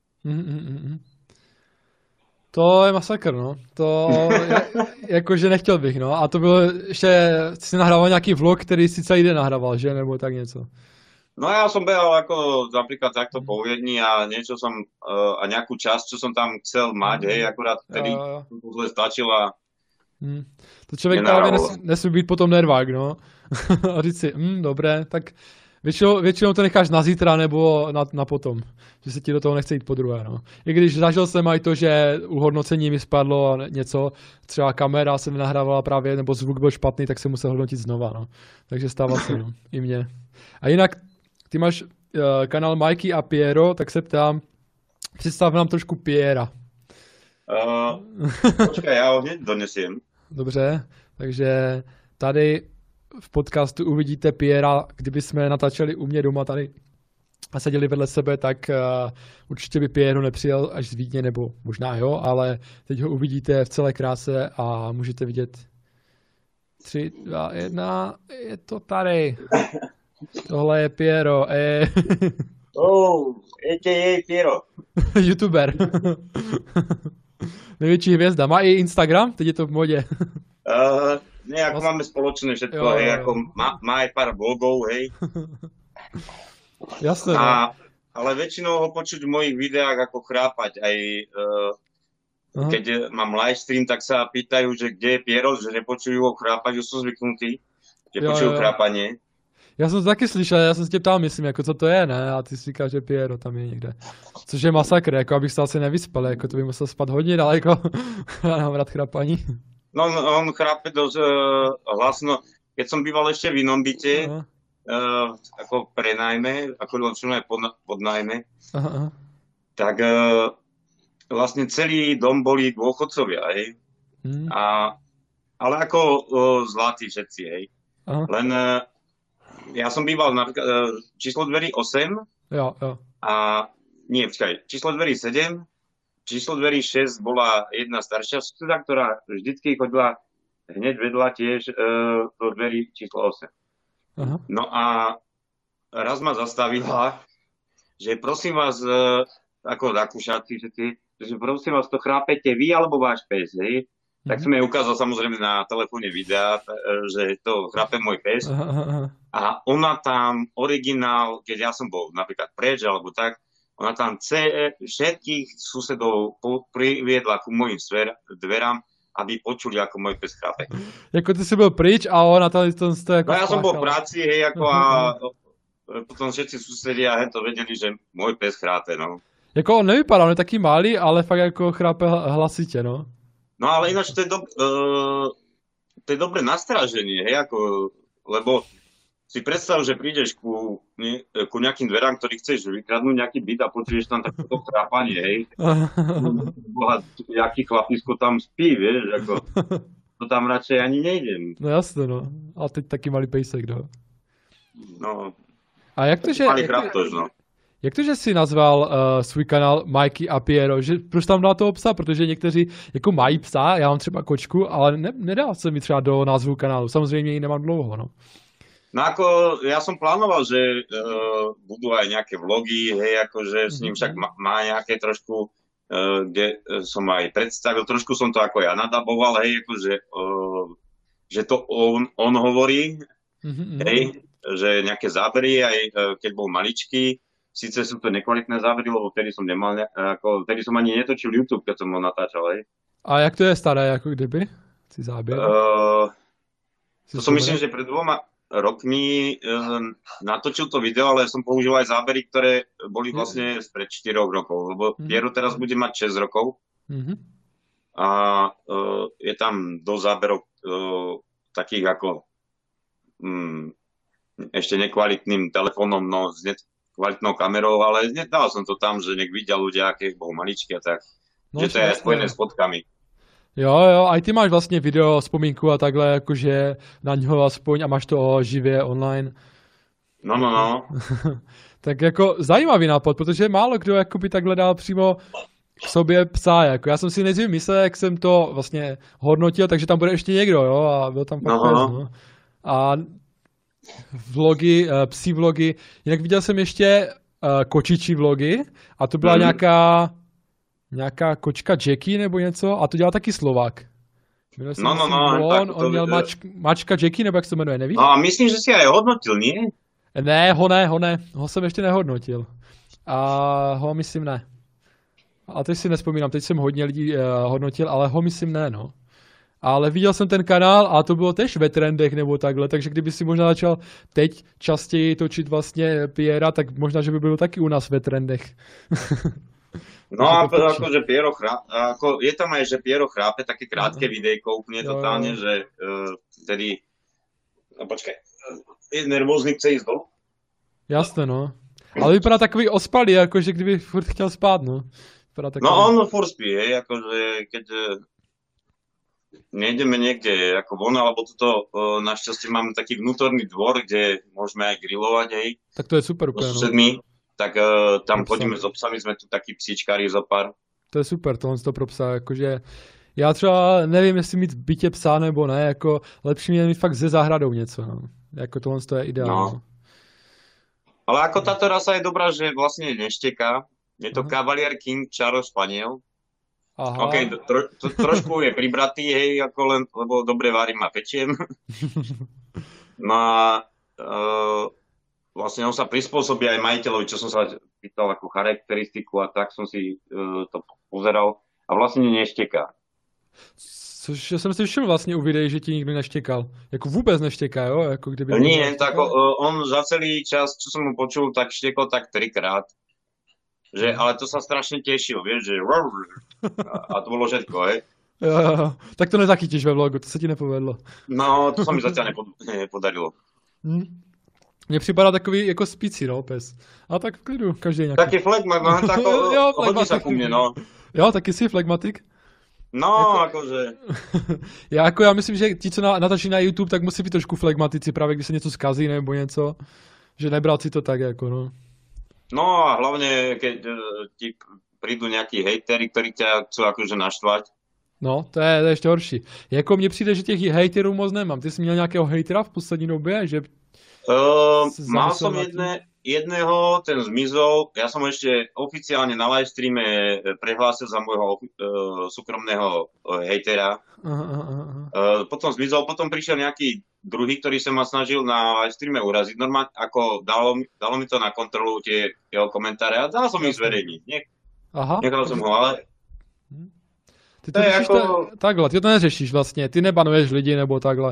To je masakr, no. To jakože nechtěl bych, no. A to bylo ještě, si nahrával nějaký vlog, který si celý den nahrával, že? Nebo tak něco. No ja som behal ako napríklad takto po Viedni a niečo som, a nejakú časť, čo som tam chcel mať, hej, akurát vtedy som to zle stlačil a To člověk právě nesmí být potom nervák, no. A říct si, dobré, tak většinou to necháš na zítra nebo na potom. Že se ti do toho nechce jít po druhé, no. I když zažil jsem aj to, že u hodnocení mi spadlo něco, třeba kamera se nenahrávala právě, nebo zvuk byl špatný, tak se musel hodnotit znova, no. Takže stává se, no. I mně. A jinak, ty máš kanál Mikey a Piero, tak se ptám, představ nám trošku Piera. Počkaj, ja ho hneď donesiem. Dobře, takže tady v podcastu uvidíte Piera, kdyby jsme natáčeli u mě doma tady a seděli vedle sebe, tak určitě by Piero nepřijel až z Vídně, nebo možná jo, ale teď ho uvidíte v celé kráse a můžete vidět 3, 2, 1, je to tady. Tohle je Piero. A.k.a. Piero. YouTuber. Největší hvězda. Má i Instagram? Teď je to v modě. Ne, ako máme spoločné všetko, hej, ako má aj pár vlogov, hej. Jasné, no. Ale väčšinou ho počuť v mojich videách ako chrápať, aj keď mám livestream, tak sa pýtajú, že kde je Piero, že nepočujú ho chrápať, už sú zvyknutí, že počujú chrápanie. Já jsem to taky slyšel, já jsem se tě ptal, myslím, jako co to je, ne? A ty si říkáš, že Piero tam je někde. Což je masakr, jako abych se asi nevyspal, jako to by musel spát hodně daleko. Já mám rád chrapaní. No, on chrápe dosť hlasno. Keď som býval ešte v inom byte, ako prenajme, ako je podnajme, tak vlastne celý dom boli dôchodcovia, hej. Ale ako zlatí všetci, hej. Len ja som býval napríklad číslo dverí 8 a nie, počkaj, číslo dverí 7, číslo dverí 6 bola jedna staršia suseda, ktorá vždycky chodila hneď vedľa tiež do dverí číslo 8. No a raz ma zastavila, že prosím vás, ako Rakúšáci všetci, že prosím vás, to chrápete vy alebo váš pes, hej? Tak som jej ukázal samozrejme na telefóne videa, že to chrápe môj pes. A ona tam originál, keď ja som bol napríklad preč alebo tak, ona tam všetkých susedov priviedla ku mojim dverám, aby počuli, ako môj pes chrápe. Jako ty si byl pryč a ona tady to jako... No ja som bol v práci, hej, ako a potom všetci susedia to vedeli, že môj pes chrápe, no. Jako on nevypadá, on je taky malý, ale fakt jako chrápe hlasitě, no. No ale ináč to je dobré nastraženie, hej, ako, lebo si predstav, že prídeš ku nejakým dverám, ktorý chceš vykradnúť nejaký byt a počuješ tam takéto chrápanie, hej. Boha, jaký chlapisko tam spí, vieš, ako, to tam radšej ani nejdem. No jasne, no. A teď taky malý pejsek, no. No. A jak to, že... Malý chraptož, no. Jak to, že jsi nazval svůj kanál Mikey a Piero? Že, proč tam dal toho psa? Protože někteří jako mají psa, já mám třeba kočku, ale nedá se mi třeba do názvu kanálu. Samozřejmě ji nemám dlouho, no. No ako, ja som plánoval, že budú aj nejaké vlogy, hej, akože s ním však má nejaké trošku, kde som aj predstavil, trošku som to ako ja nadaboval, hej, akože, že to on hovorí, hej, že nejaké zábery, aj keď bol maličký, síce sú to nekvalitné zábery, lebo vtedy som nemal, vtedy som ani netočil YouTube, keď som ho natáčal, hej. A jak to je staré, jako kdyby? Ty záběry? To som myslím, že pred 2 rokmi natočil to video, ale som použil aj zábery, ktoré boli vlastne spred 4 rokov, lebo Piero teraz bude mať 6 rokov a je tam do záberov takých ako ešte nekvalitným telefónom, no s kvalitnou kamerou, ale nedal som to tam, že nech vidia ľudia, aké bol maličký a tak. No, Že to je jasné. spojené s fotkami. Jo, a i ty máš vlastně video, vzpomínku a takhle, jakože na něho aspoň a máš to živě online. No. Tak jako zajímavý nápad, protože málo kdo jakoby takhle dal přímo k sobě psa, jako já jsem si nejdřív myslel, jak jsem to vlastně hodnotil, takže tam bude ještě někdo, jo, a byl tam fakt pes, no. A vlogy, psí vlogy, jinak viděl jsem ještě kočičí vlogy a to byla nějaká kočka Jackie nebo něco a to dělal taky Slovák. On měl mačka Jackie, nebo jak se to jmenuje, nevíš? No a myslím, že si aj hodnotil, nie? Ne, ho jsem ještě nehodnotil. A ho myslím ne. A teď si nespomínám, teď jsem hodně lidí hodnotil, ale ho myslím ne, no. Ale viděl jsem ten kanál a to bylo tež ve trendech nebo takhle, takže kdyby si možná začal teď častěji točit vlastně Piera, tak možná, že by byl taky u nás ve trendech. No a akože Piero ako je tam aj, že Piero chrápe, také krátke videjko úplne totálne, že vtedy, no počkaj, je nervózny, chce ísť dolu. Jasné, no. Ale vypadá takový ospalý, jakože kdyby furt chtěl spát, no. Takový... No on furt spí, hej, akože keď nejdeme niekde ako von, alebo toto našťastie máme taký vnútorný dvor, kde môžeme aj grilovať, hej. Tak to je super úplne, no. Tak tam chodíme s obsami, jsme tu taky psíčkári za pár. To je super, tohle pro psa, jakože já třeba nevím, jestli mít v bytě psa nebo ne, jako lepší mě mít fakt ze zahradou něco, no. Jako tohle je ideální. No. Ale ako táto rasa je dobrá, že vlastne nešteká. Je to Cavalier King Charles Spaniel. Aha. OK, trošku je pribratý, hej, ako len, lebo dobre varím a pečiem. No a vlastne on sa prispôsobí aj majiteľovi, čo som sa pýtal ako charakteristiku a tak som si to pozeral a vlastne nešteká. Což jsem si všiml vlastně u videí, že ti nikdy neštěkal. Jako vůbec neštěká, jo? Jako kdyby nie, tak on za celý čas, čo som mu počul, tak štekol tak 3-krát. Že, ale to sa strašne tešil, vieš, že a to bolo všetko, hej. Jo. Tak to nezachytíš ve vlogu, to se ti nepovedlo. No, to sa mi zatiaľ nepodarilo. Mně připadá takový jako spící, no, pes. A tak v klidu, každý nějaký. Taký flegmat, no, tak hodí sa ku mne, no. Jo, taky jsi flegmatik? No, akože. Já myslím, že ti, co natačí na YouTube, tak musí být trošku flegmatici, právě když se něco zkazí nebo něco. Že nebral si to tak, jako, no. No a hlavně, keď ti prídu nějaký hejteri, ktorí ťa chcú akože naštvať. No, to je ještě horší. Jako mně přijde, že těch hejterů moc nemám. Ty jsi měl nějakého hejtera v poslední době, že... Mal som jedného, ten zmizol. Ja som ešte oficiálne na livestreame prehlásil za môjho súkromného hejtera. Potom zmizol, potom prišiel nejaký druhý, ktorý sa ma snažil na livestreame uraziť. Normálne, ako dalo mi to na kontrolu tie jeho komentáre a dal som ich zverejniť. Nechal som ho, ale... Ty to řešíš takhle, ty to neřešíš vlastně, ty nebanuješ lidi nebo takhle.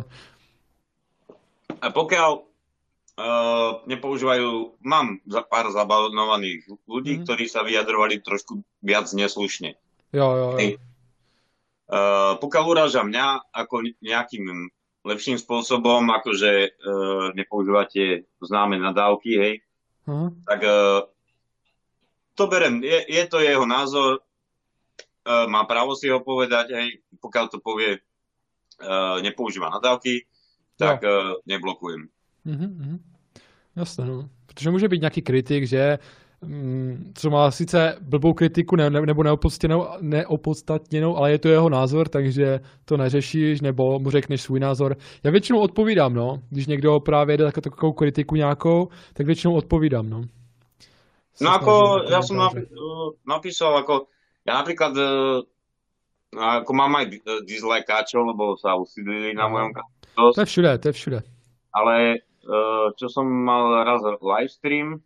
A pokiaľ nepoužívajú, mám pár zabanovaných ľudí, ktorí sa vyjadrovali trošku viac neslušne. Jo. Pokiaľ uráža mňa ako nejakým lepším spôsobom, akože nepoužívate známe nadávky, hej, tak to berem, je to jeho názor, má právo si ho povedať, hej, pokiaľ to povie nepoužíva nadávky, tak neblokujem. Jasně, no. Protože může být nějaký kritik, že co má sice blbou kritiku nebo neopodstatněnou, ale je to jeho názor, takže to neřešíš, nebo mu řekneš svůj názor. Já většinou odpovídám, no. Když někdo právě jde takovou kritiku nějakou, tak většinou odpovídám, no. No ako, ja som napísal, ako, ja napríklad ako mám aj dislikeáčov, lebo sa usídlili na mojom kanále. To je všude. Ale čo som mal raz livestream,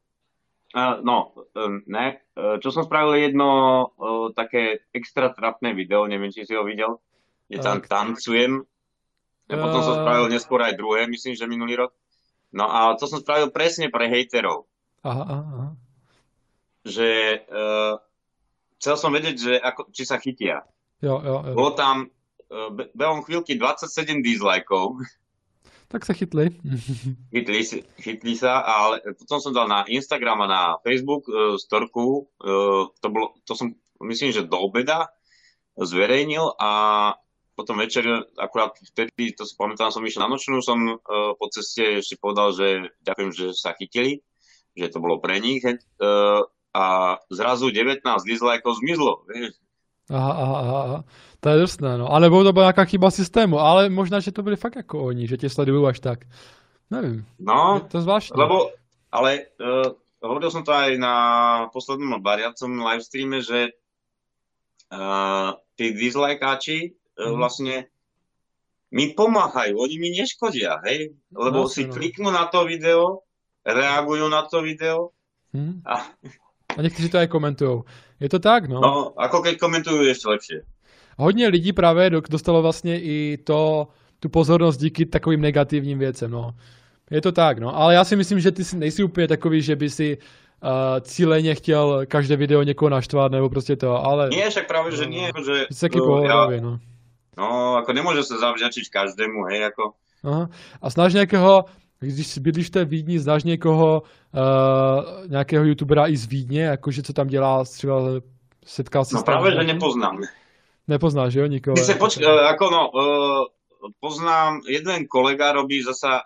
čo som spravil jedno také extra trapné video, neviem, či si ho videl, kde tam tancujem. Potom som spravil neskôr aj druhé, myslím, že minulý rok. No a to som spravil presne pre hejterov. Aha. Že chcel som vedieť, že či sa chytia. Jo. Bolo tam behom chvíľky 27 dislikeov. Tak se chytli. Chytli sa, ale potom som dal na Instagram a na Facebook storku, to som myslím, že do obeda zverejnil a potom večer, akurát vtedy, to si pamätám, som išiel na nočnú, som po ceste ešte povedal, že ďakujem, že sa chytili, že to bolo pre nich a zrazu 19 dislikeov zmizlo, vieš. Aha. To je drsné, no. A nebo to byla nějaká chyba systému, ale možná, že to byli fakt jako oni, že tě sledují až tak. Nevím. No, je to zvláštní. Ale hovoril som to aj na poslednom bariacom livestreame, že tí dislikeáči vlastne mi pomáhajú, oni mi neškodia, hej? Lebo si kliknú na to video, reagujú na to video a někteří to aj komentujou. Je to tak, no. No, ako keď komentujú ešte lepšie. Hodně lidí právě dostalo vlastně i tu pozornost díky takovým negativním věcem, no. Je to tak, no. Ale já si myslím, že ty nejsi úplně takový, že by si cíleně chtěl každé video někoho naštvat, nebo prostě to, ale... Nie, však práve, že nie, že... Jsi taky pohodový, no. No, ako nemôže sa zavďačiť každému, hej, ako... Aha. A znáš nějakého, když bydlíš v té Vídni, znáš někoho, nějakého youtubera i z Vídně, jakože co tam dělá, třeba setkal se no, s tam? No práve, že nepoznám. Nepoznáš, jo, nikoho? Poznám, jeden kolega robí zasa,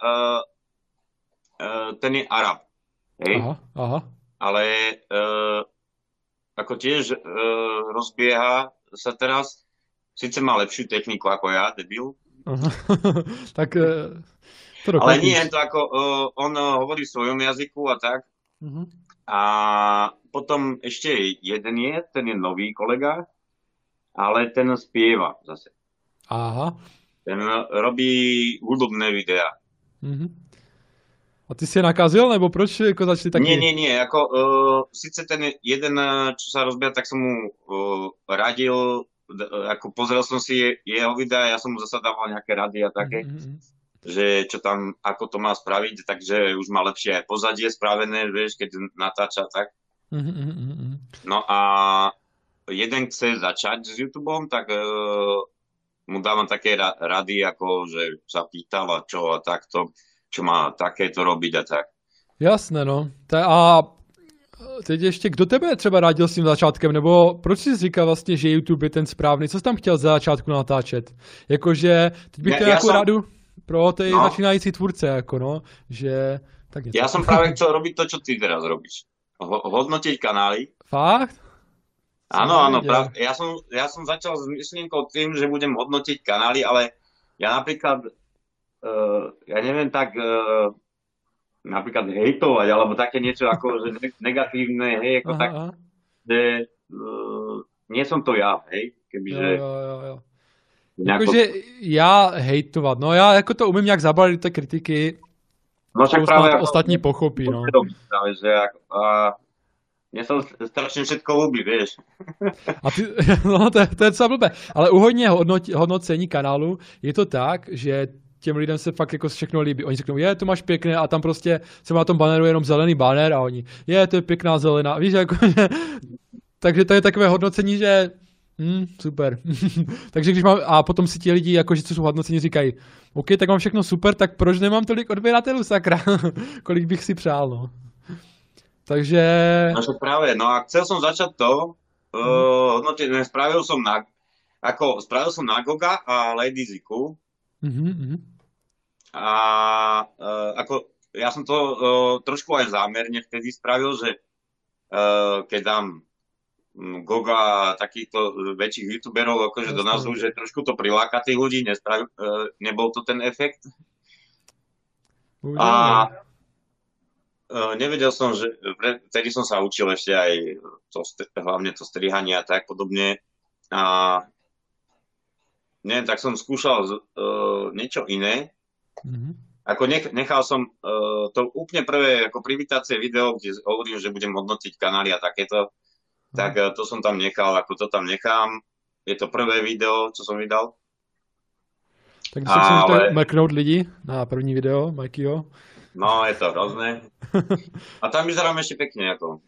ten je Arab, hej? Aha. Ale ako tiež rozbieha sa teraz, síce má lepšiu techniku ako ja, debil. Tak to dokončíš. Ale nie, to ako, on hovorí v svojom jazyku a tak. A potom ešte jeden je, ten je nový kolega, ale ten spieva zase. Aha. Ten robí hudobné videa. A ty si je nakazil, nebo proč jako začali taky? Nie, ako síce ten jeden, čo sa rozbieha, tak som mu radil, ako pozrel som si jeho videa, ja som mu zasa dával nejaké rady a také, že čo tam, ako to má spraviť, takže už má lepšie aj pozadie spravené, vieš, keď natáča tak. No a jeden chce začať s YouTubeom, tak mu dávam také rady, ako že sa pýtala čo a takto, čo má takéto robiť a tak. Jasné, no. A teď ještě, kdo tebe třeba radil s tím začátkem, nebo proč jsi říkal vlastně, že YouTube je ten správný? Co jsi tam chtěl za začátku natáčet? Jakože, teď bych chtěl nějakou radu pro ty začínající tvůrce, jako no, že... Tak ja som práve chcel robiť to, čo ty teraz robíš. Hodnotiť kanály. Fakt? Áno, ja som začal s myšlienkou tým, že budem hodnotiť kanály, ale ja napríklad, ja neviem tak napríklad hejtovať, alebo také niečo ako, že negatívne, hej, ako tak, že nie som to ja, hej, kebyže... Jo. Jakože já hejtovat, no já jako to umím nějak zabalit do té kritiky, no však práve to ostatní pochopí, no. Práve, že mne sa strašne všetko ľúbi, vieš. A ty, no to je docela blbé. Ale u hodně hodnocení kanálu je to tak, že těm lidem se fakt jako všechno líbí. Oni řeknou, to máš pěkné a tam prostě se má na tom banneru jenom zelený banner a oni, to je pěkná zelená. Víš, jako, takže to je takové hodnocení, že super. Takže když mám, a potom si ti lidi, jakože co jsou hodnocení, říkají, OK, tak mám všechno super, tak proč nemám tolik odběratelů, sakra? Kolik bych si přál, no. Takže... No práve, no a chcel som začať to, hodnotenie, spravil som na Goga a Lady Ziku. A ako, ja som to trošku aj zámerne vtedy spravil, že keď dám Goga takýchto väčších youtuberov akože do názvu, že trošku to priláka tých ľudí, nebol to ten efekt. A nevedel som, že vtedy som sa učil ešte aj hlavne to strihanie a tak podobne. A neviem, tak som skúšal niečo iné. Ako nechal som to úplne prvé ako privítacie video, kde hovorím, že budem hodnotiť kanály a takéto. Tak to som tam nechal, ako to tam nechám. Je to prvé video, co som vydal. Tak si chcete mrknout lidi na první video Mikeyho? No, je to hrozné. A tam vyzerám ešte pekne, ako.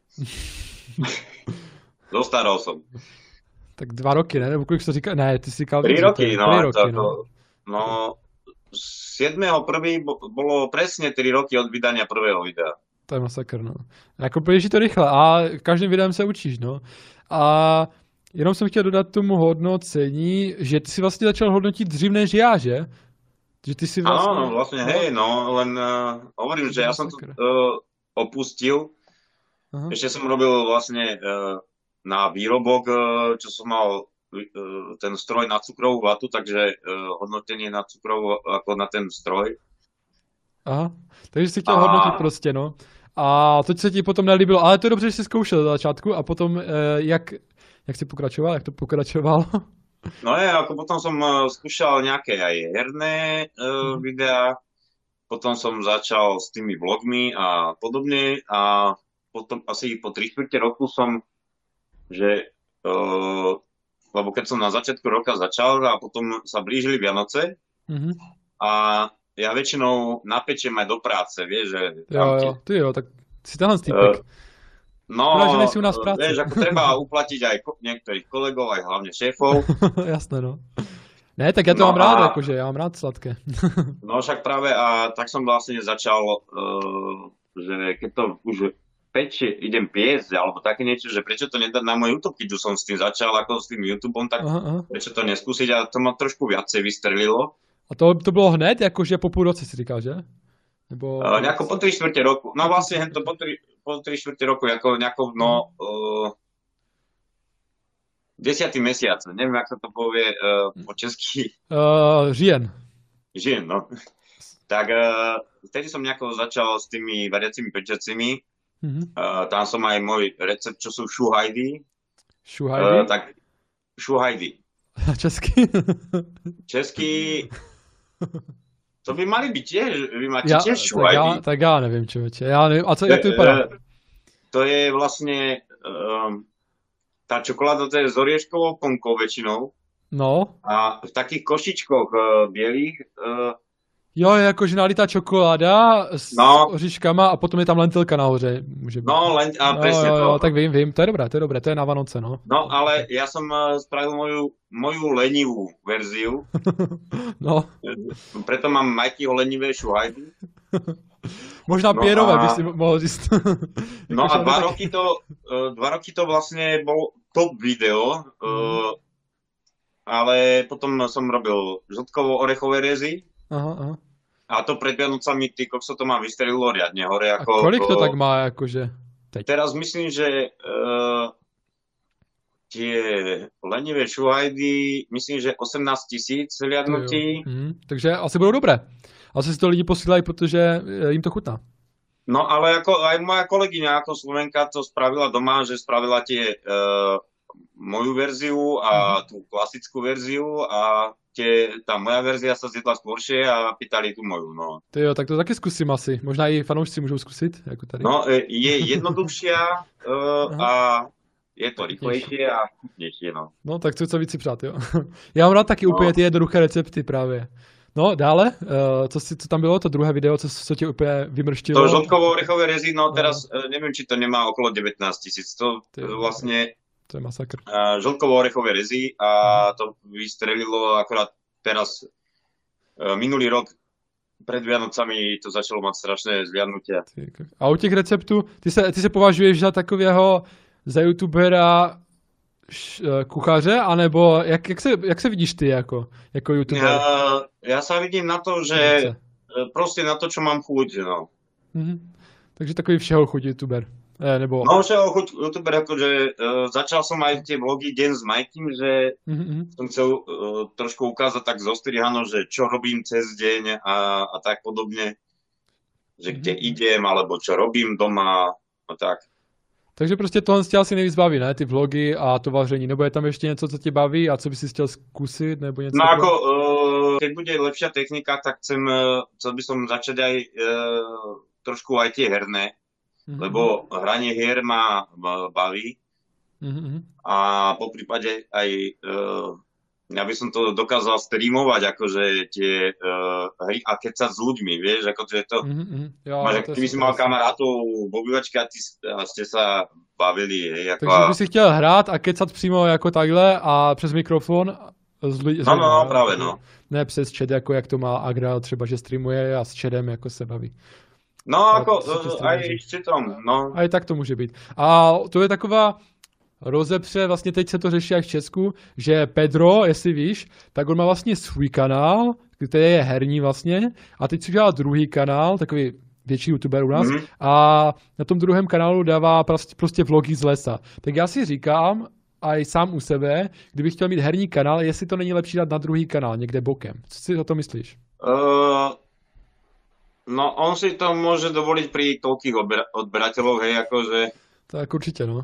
Zostaral som. Tak 2 roky, ne? Nebo kolik jsi to říkal? Ne, ty jsi říkal... 3 roky, no. 3 roky, no. 7.1. bolo presne 3 roky od vydania prvého videa. To je masakr, no. Jako běží to rychle a každým videem se učíš, no. A jenom jsem chtěl dodat tomu hodnocení, že ty si vlastně začal hodnotit dřív než já, že? Že ty si vlastně... Áno, vlastne, hej, no, len hovorím, že ja som to opustil. Aha. Ešte som robil vlastne na výrobok, čo som mal ten stroj na cukrovú vatu, takže hodnotenie na cukrovú ako na ten stroj. Aha, takže si chtěl hodnotit prostě, no. A to se ti potom nelíbilo, ale to je dobře, že jsi zkoušel za začátku a potom jak jsi pokračoval, jak to pokračovalo? No je, ako potom som skúšal nejaké aj herné videá, potom som začal s tými vlogmi a podobne a potom asi po 3/4 roku som, že lebo keď som na začiatku roka začal a potom sa blížili Vianoce a ja väčšinou napečiem aj do práce, vieš, že... Jo, ty jo, tak si tenhle týpek. No, vieš, ako treba uplatiť aj niektorých kolegov, aj hlavne šéfov. Jasné, no. Ne, tak ja to mám rád, akože, ja mám rád sladké. No však práve a tak som vlastne začal, že keď to už pečie, idem piesť, alebo také niečo, že prečo to nedať na môj YouTube, keď už som s tým začal, ako s tým YouTubeom, tak prečo to neskúsiť a to ma trošku viacej vystrelilo. A to bylo hned, jakože po půl roce si říkal, že? Nebo... Nejako po 3/4 roku. No vlastne to po 3/4 roku, ako nejako, no... 10. mesiac, neviem, jak sa to povie po česky. Říjen. Říjen, no. Tak vtedy som nejako začal s tými variacimi pečiacimi. Tam som aj môj recept, čo sú šuhajdy. Šuhajdy? Tak šuhajdy. Česky? Česky... To by mali byť tiež, vy máte tiež šuhajdy. Tak já nevím, člověče. Já nevím. A co, jak to vypadá? To je vlastne... tá čokoláda, to je s orieškovou plnkou väčšinou. No. A v takých košičkoch bielých. Jo, jakože nalitá čokoláda s oříškama a potom je tam lentilka nahoře. Může být. No, presne to. Tak vím, to je dobré, to je na Vánoce, no. No, ale ja som spravil moju lenivú verziu. No. Preto mám Mikeyho lenivé šuhajdy. Možná Pierové by si mohl říct. No a 2 roky to vlastne bol top video, ale potom som robil žltkovo-orechové rezy. Aha. A to pred Vianocami, ty kokso, to ma vystrelilo riadne hore. Ako, a kolik to tak má, akože? Teď. Teraz myslím, že tie lenivé šuhajdy, myslím, že 18 000 hliadnutí. Takže asi budou dobré. Asi si to lidi posílají, protože jim to chutná. No ale ako aj moja kolegyňa ako Slovenka to spravila doma, že spravila moju verziu a tú klasickú verziu a tá moja verzia sa zjedla skôršie a pýtali tú moju, no. Ty jo, tak to taky zkusím asi. Možná i fanoušci můžou zkusit, jako tady. No, je jednoduchšia a je to rychlejšie a chutnejšie, no. No, tak co víc si přát, jo. Já mám rád taky úplně ty jednoduché recepty právě. No, dále, co tam bylo, to druhé video, co tě úplně vymrštilo? To žltkovo-orechové rezy, no teraz neviem, či to nemá okolo 19 000, to vlastne... To je masakr. Žltkovo-orechové rezy a to vystrelilo akorát teraz minulý rok pred Vianocami to začalo mať strašné zhliadnutia. A u těch receptů, ty se považuješ za takového, za youtubera kuchaře, anebo jak se vidíš ty jako youtuber? Ja sa vidím na to, že proste na to, čo mám chuť, no. Takže takový všeho chuť youtuber. Nebo... No všeho chuť youtuber, akože začal som aj tie vlogy Deň s Majkým, že som chcel trošku ukázať tak zostrihano, že čo robím cez deň a tak podobne. Že kde idem, alebo čo robím doma a tak. Takže prostě tohle tě asi nejvíc baví, ne? Ty vlogy a to vaření. Nebo je tam ještě něco, co tě baví a co by si chtěl zkusit? Nebo něco? No ako, keď bude lepšia technika, tak chcel by som začať aj trošku aj tie herné. Lebo hranie hier ma baví a po prípade aj ja by som to dokázal streamovať, akože tie hry a kecať s ľuďmi, vieš, akože to máš, keby si mal kamarátov v obývačke a ste sa bavili, hej, ako... Takže by si chtěl hrát a kecat přímo jako takhle a přes mikrofon No, právě, no. Ne přes chat, jako jak to má Agral třeba, že streamuje a s chatem jako se baví. No, jako aj s chatom, no. A i tak to může být. A to je taková rozepře, vlastně teď se to řeší jak v Česku, že Pedro, jestli víš, tak on má vlastně svůj kanál, který je herní vlastně, a teď si udělal druhý kanál, takový větší youtuber u nás, a na tom druhém kanálu dává prostě vlogy z lesa. Tak já si říkám, a i sám u sebe, kdybych chtěl mít herní kanál, jestli to není lepší dát na druhý kanál, někde bokem. Co si o to myslíš? No, on si to môže dovoliť pri toľkých odberateľov, hej, akože... Tak určite, no.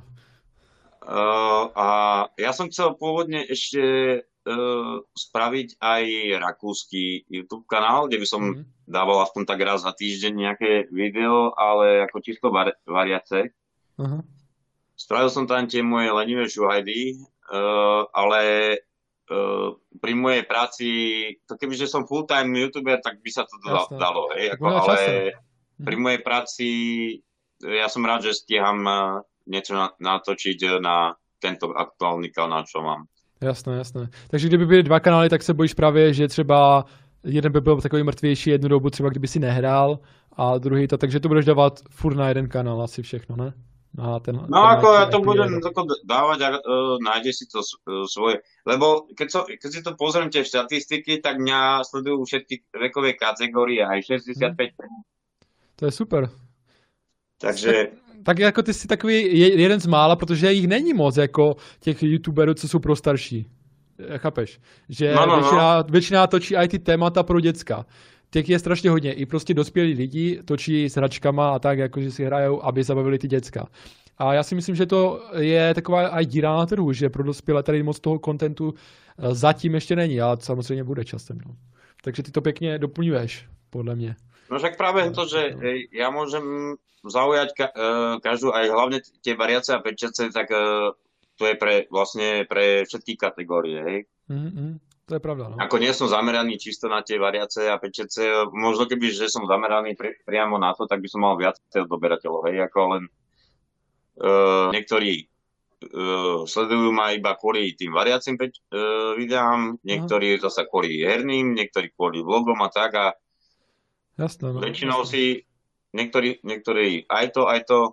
A ja som chcel pôvodne ešte spraviť aj rakúsky YouTube kanál, kde by som dával aspoň tak raz za týždeň nejaké video, ale ako čisto variace. Spravil som tam tie moje lenivé šuhajdy, ale pri mojej práci, to kebyže som full-time youtuber, tak by sa to dalo, hej, ako, ale pri mojej práci ja som rád, že stíham niečo natočiť na tento aktuálny kanál, čo mám. Jasné. Takže kdyby byly dva kanály, tak se bojíš právě, že třeba jeden by byl takový mrtvější jednu dobu, třeba kdyby si nehrál, a druhý to, takže to budeš dávat furt na jeden kanál asi všechno, ne? No ako ja to budem dávať a nájde si to svoje, lebo keď si to pozriem tie štatistiky, tak mňa sledujú všetky vekové kategórie, aj 65. To je super. Takže... Tak jako ty jsi takový jeden z mála, protože jich není moc, jako těch youtuberů, co jsou pro starší. Chápeš? Že většina točí i ty témata pro děcka. Těch je strašně hodně. I prostě dospělí lidi točí s hračkama a tak, jakože si hrajou, aby zabavili ty děcka. A já si myslím, že to je taková aj díra na trhu, že pro dospělé tady moc toho kontentu zatím ještě není, ale samozřejmě bude časem. No. Takže ty to pěkně doplňuješ, podle mě. No však práve to, že ja môžem zaujať každú, aj hlavne tie variace a pečiace, tak to je vlastne pre všetky kategórie, hej? To je pravda, no. Ako nie som zameraný čisto na tie variace a pečiace, možno keby, že som zameraný priamo na to, tak by som mal viac odberateľov, hej? Ako len niektorí sledujú ma iba kvôli tým variacím videám, niektorí zasa kvôli herným, niektorí kvôli vlogom a tak, a jasné, no. Většinou si některý aj to.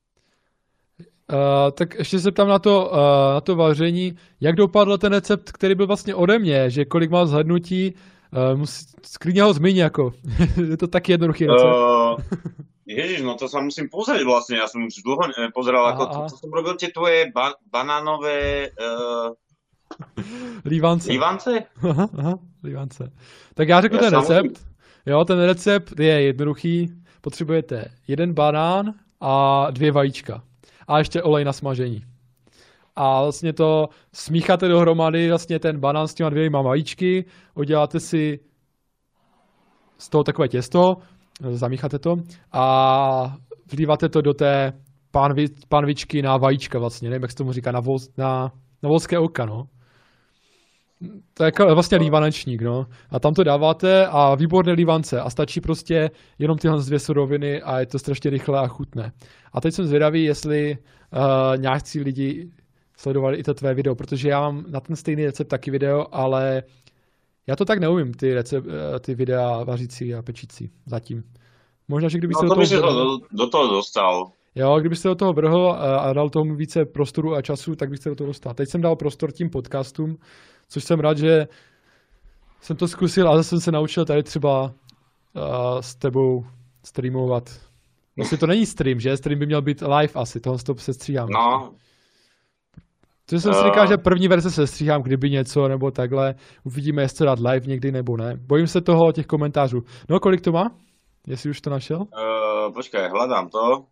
Tak ještě se ptám na to vaření. Jak dopadl ten recept, který byl vlastně ode mě, že kolik má zhlednutí, klidně ho zmiň jako. Je to tak jednoduchý recept. Ježiš, no to sa musím pozrieť vlastne. Ja som už dlho nepozeral, ako to som robil tie tvoje banánové lívance. Aha, lívance. Tak já řeknu ten recept. Jo, ten recept je jednoduchý. Potřebujete jeden banán a 2 vajíčka. A ještě olej na smažení. A vlastně to smícháte dohromady, vlastně ten banán s těma 2 vajíčky, uděláte si z toho takové těsto, zamícháte to a vlíváte to do té pánvičky na vajíčka vlastně, nevím, jak se tomu říká, na volské oka, no. To je vlastně lívanečník, no. A tam to dáváte a výborné lívance a stačí prostě jenom tyhle 2 suroviny a je to strašně rychlé a chutné. A teď jsem zvědavý, jestli nějaký lidi sledovali i to tvé video, protože já mám na ten stejný recept taky video, ale já to tak neumím, ty videa vařící a pečící zatím. Možná, že kdyby se do toho dostal. Jo, kdybyste do toho vrhl a dal tomu více prostoru a času, tak byste do toho dostal. Teď jsem dal prostor tím podcastům, což jsem rád, že jsem to zkusil a zase jsem se naučil tady třeba s tebou streamovat. Vlastně to není stream, že? Stream by měl být live asi, tohle se stříhám. No. To jsem si říkal, že první verze se stříhám, kdyby něco, nebo takhle. Uvidíme, jestli dát live někdy, nebo ne. Bojím se toho, těch komentářů. No, kolik to má? Jestli už to našel? Počkaj, hľadám to.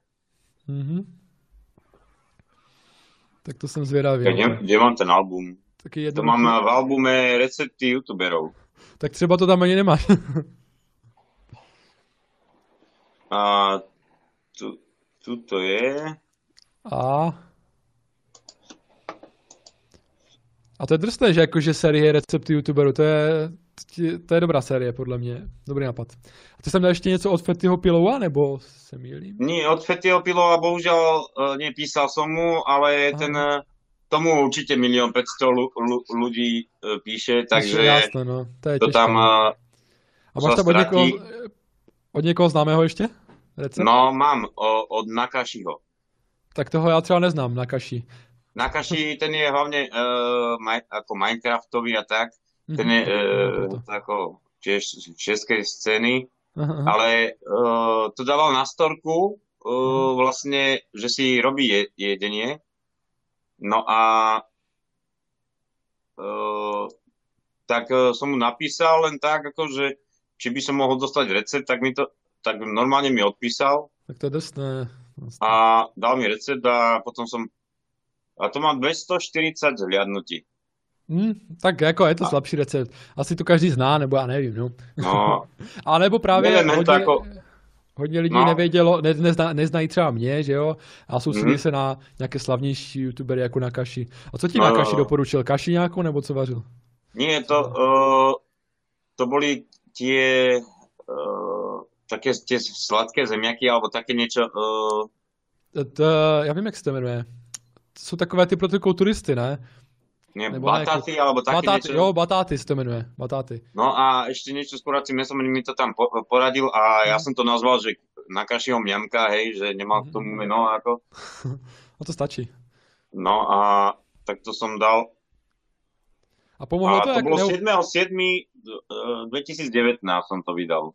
Tak to jsem zvědavý. Kde mám ten album? To mám v albume recepty youtuberov. Tak třeba to tam ani nemáš. A tu to je. A to je drsné, že jakože série recepty youtuberů, to je dobrá série, podle mě. Dobrý nápad. A ty jsem dal ještě něco od Fettyho Pillowa, nebo se mýlím? Nie, od Fettyho Pillowa bohužiaľ nepísal som mu, ale tomu určite 1 500 000 ľudí píše, takže Jasné, no, to je to těžké. tam A máš sa tam stratí. od někoho známého ještě? Recept? No, mám od Nakashiho. Tak toho já třeba neznám, Nakashi. Nakashi, ten je hlavne ako Minecraftový a tak. Ten je ako tiež z českej scény, ale to dával na storku vlastne, že si robí jedenie. No a tak som mu napísal len tak, akože či by som mohol dostať recept, tak normálne mi odpísal. Tak to je drsné. A dal mi recept a potom a to má 240 zhliadnutí. Tak jako je to slabší recept. Asi to každý zná, nebo já nevím, no. No. A nebo právě hodně lidí no. nevědělo, neznají třeba mě, že jo? A soustředí se na nějaké slavnější youtubery jako Nakashi. A co ti Nakashi doporučil? Kaši nějakou, nebo co vařil? Nie, to boli tie také tie sladké zemiaky, alebo také niečo. Já vím, jak se to jmenuje. Jsou takové ty pro ty turisty, ne? Nie, batáty, alebo také niečo. Jo, batáty se to jmenuje, batáty. No a ešte niečo s kuracím mesom, mi to tam poradil a ja som to nazval, že Nakashiho mňamka, hej, že nemal k tomu meno, ako. No to stačí. No a tak to som dal. A pomohlo to? To bolo 7.7.2019 som to vydal.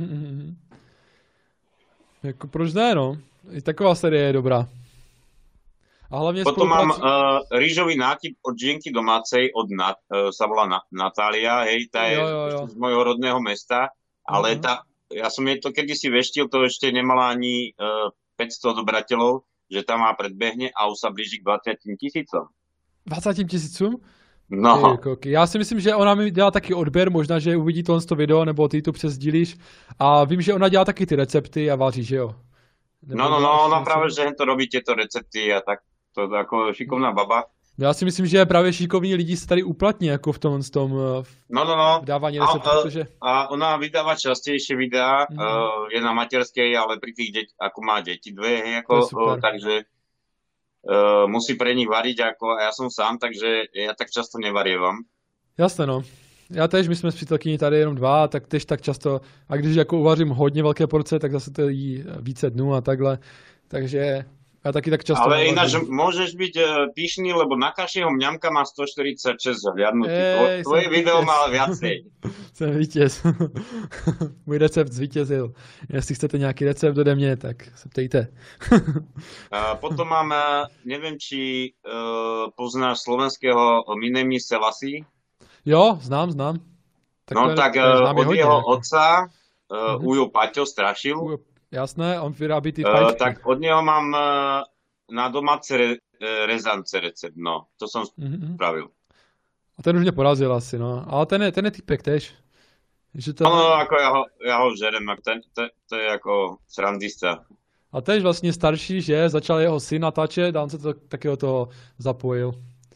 Jako proč ne, no? I taková série je dobrá. A hlavně potom mám rýžový nákyp od Žienky domácej, sa volá Natália, hej, tá je z mojho rodného mesta, ale ja som jej to kedysi veštil, to ešte nemala ani 500 odobrateľov, že tam má predbehne a už sa blíži k 20 000. 20 000? No. Já si myslím, že ona mi dělá taky odběr, možná, že uvidí tohle video, nebo ty to přesdílíš. A vím, že ona dělá taky ty recepty a vaří, že jo? No, ona práve, že to robí tieto recepty a tak. To je jako šikovná baba. Já si myslím, že právě šikovní lidi se tady uplatní jako v tom vydávání receptů, protože... A ona vydáva častejšie videá, je na materskej, ale pri tých ako má deti dve, takže musí pre nich variť, a ja som sám, takže ja tak často nevarievam. Jasné, no. Já tež, my jsme s přítelkyní tady jenom 2, tak tež tak často, a když jako uvařím hodně velké porce, tak zase to jí více dnů a takhle, takže ja taky tak často... Ale ináč môžeš byť pyšný, lebo Nakashiho mňamka má 146 zhliadnutí. Tvoje video má viacej. Jsem vítěz. Můj recept zvítězil. Jestli chcete nějaký recept ode mě, tak se ptejte. Potom mám, neviem, či poznáš slovenského Minemi Selassie. Jo, znám. Tak od jeho otca Ujo Paťo Strašil. Jasné, on vyrábí ty fajčky. Tak od něho mám na domáce rezance recept, no. To jsem spravil. A ten už mě porazil asi, no. Ale ten je typek tež. No, jako já ho žerem, to je jako srandista. A tež vlastně starší, že? Začal jeho syn natáčet a on se takého toho zapojil.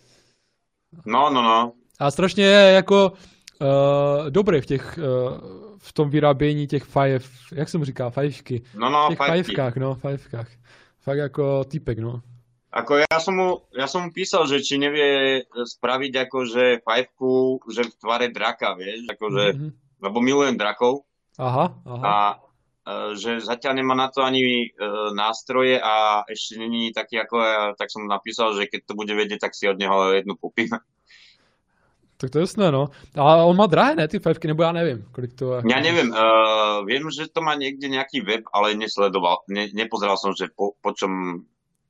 No. A strašně je jako dobrý v tom vyrábění těch fajev, jak se mu říká, fajfky. No, těch fajfkách. Fakt jako týpek, no. Ako ja som mu písal, že či nevie spraviť akože fajfku, že v tvare draka, vieš, akože, lebo milujem drakov. Aha. A že zatiaľ nemá na to ani nástroje a ešte není taký ako ja, tak som mu napísal, že keď to bude vedieť, tak si od neho jednu kúpim. Tak to je jasné, no. A on má drahé, ne, ty fajfky, nebo já nevím, kolik to je. Ja neviem, viem, že to má niekde nejaký web, ale nesledoval, nepozeral som, že po čom...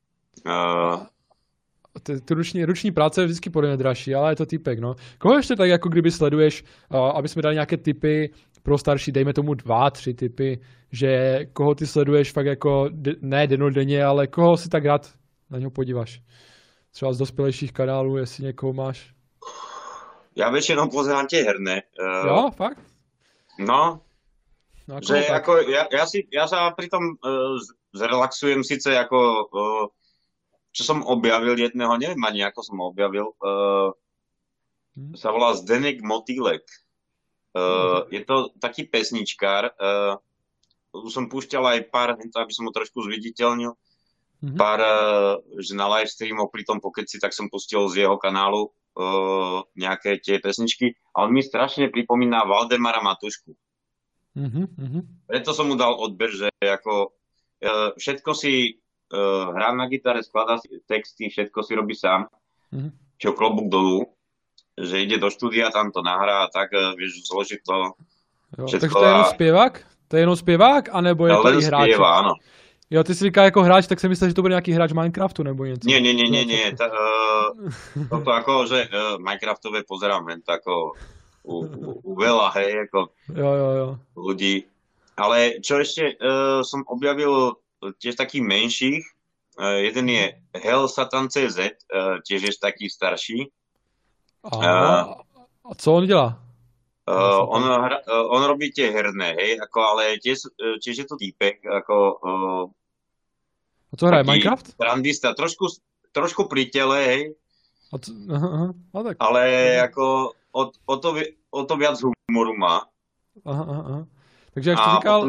Ty ruční práce je vždycky podle mě dražší, ale je to typek, no. Koho ještě tak, jako kdyby sleduješ, aby jsme dali nějaké tipy pro starší, dejme tomu 2, 3 tipy, že koho ty sleduješ fakt jako, ne dennodenně, ale koho si tak rád na něho podíváš. Třeba z dospělejších kanálů, jestli někoho máš. Ja väčšinou pozerám tie herné. Jo, fakt? No že tak? Ako, ja sa pri tom zrelaxujem síce ako, čo som objavil jedného, neviem ani ako som ho objavil, sa volá Zdeněk Motýlek. Je to taký pesničkár, už som púšťal aj pár, aby som ho trošku zviditeľnil. pár, že na live streamu pri tom pokeci, tak som pustil z jeho kanálu nejaké tie pesničky a on mi strašne pripomína Valdemara Matušku. Preto som mu dal odber, že ako všetko si hrá na gitare, skladá si texty, všetko si robí sám, čo klobúk dolu, že ide do štúdia, tam to nahrá a tak vieš zložiť to všetko. Takže to je jenom zpěvák? To je jenom zpěvák, anebo je to i hráč? Spieva, áno. Jo, ty si říká jako hráč, tak jsem myslel, že to bude nějaký hráč Minecraftu nebo něco. Nie. Toto ako, že Minecraftové pozerám len tako u veľa, hej, ako jo. ľudí. Ale čo ešte som objavil tiež takých menších, jeden je Hellsatan.cz, tiež je taký starší. A co on dělá? On robí tie herné, hej, ako, ale tiež je to týpek, ako a co hraje, Minecraft? Randista, trošku pri tele, hej. Tak. Ale ako o to viac humoru má. Aha. Takže jak jsi říkal,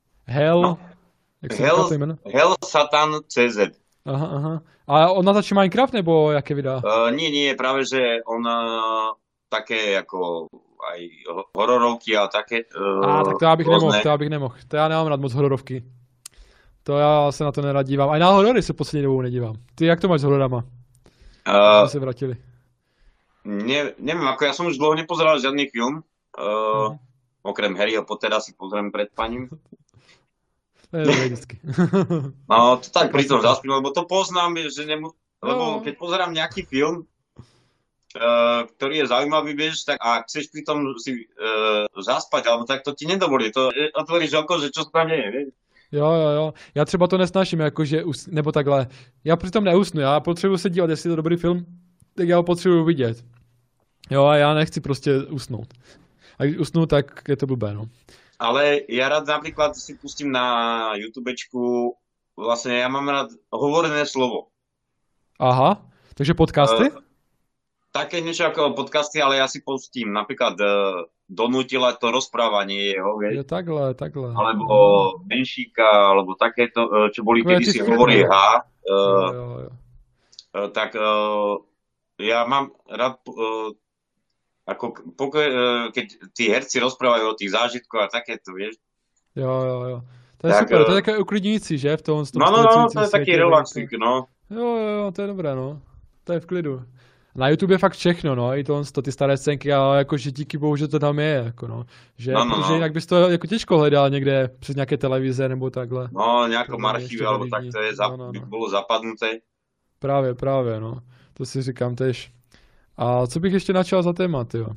Hellsatan.cz. Aha. A on natáčí Minecraft nebo jaké videa? Nie, práve že on také ako aj hororovky a také tak to já bych nemohl. To já nemám rád moc hororovky. To já se na to nerad dívám. A na horory se poslední dobou nedívám. Ty jak to máš s hororama? Jsme se vrátili. Neviem, ako ja som už dlho nepozeral žiadny film. Okrem Harryho Pottera si pozriem pred spaním. To je vždycky. No, to tak pri tom zaspím, lebo to poznám, že lebo keď pozerám nejaký film, ktorý je zaujímavý, vieš, tak a chceš pri tom si zaspať, alebo tak to ti nedovolí. To otvoríš oko, že čo sa tam deje, vieš. Jo. Já třeba to nesnáším, jakože, nebo takhle. Já přitom neusnu, já potřebuji se dívat, jestli je to dobrý film, tak já ho potřebuji vidět. Jo, a já nechci prostě usnout. A když usnu, tak je to blbé, no. Ale ja rád napríklad si pustím na YouTubečku, vlastne ja mám rád hovorené slovo. Aha, takže podcasty? Také niečo ako podcasty, ale ja si pustím napríklad Donútila to rozprávanie jeho, vieš? Je takhle. Alebo Menšíka, alebo takéto, čo boli kedysi Hovorí H. Jo. Tak ja mám rád, ako keď tí herci rozprávajú o tých zážitkoch a takéto, vieš? Jo. To je tak, super, to je také uklidňující, že? V tom no, to je taký relaxík, no. Jo, to je dobré, no. To je v klidu. Na YouTube je fakt všechno, no, i to ty staré scénky, ale jakože díky bohu, že to tam je, jako no. Že, protože jinak bys to jako těžko hledal někde přes nějaké televize nebo takhle. No, nějakom archíve, alebo tak to je, by bylo zapadnuté. Právě, no. To si říkám tež. A co bych ještě načal za témat, jo?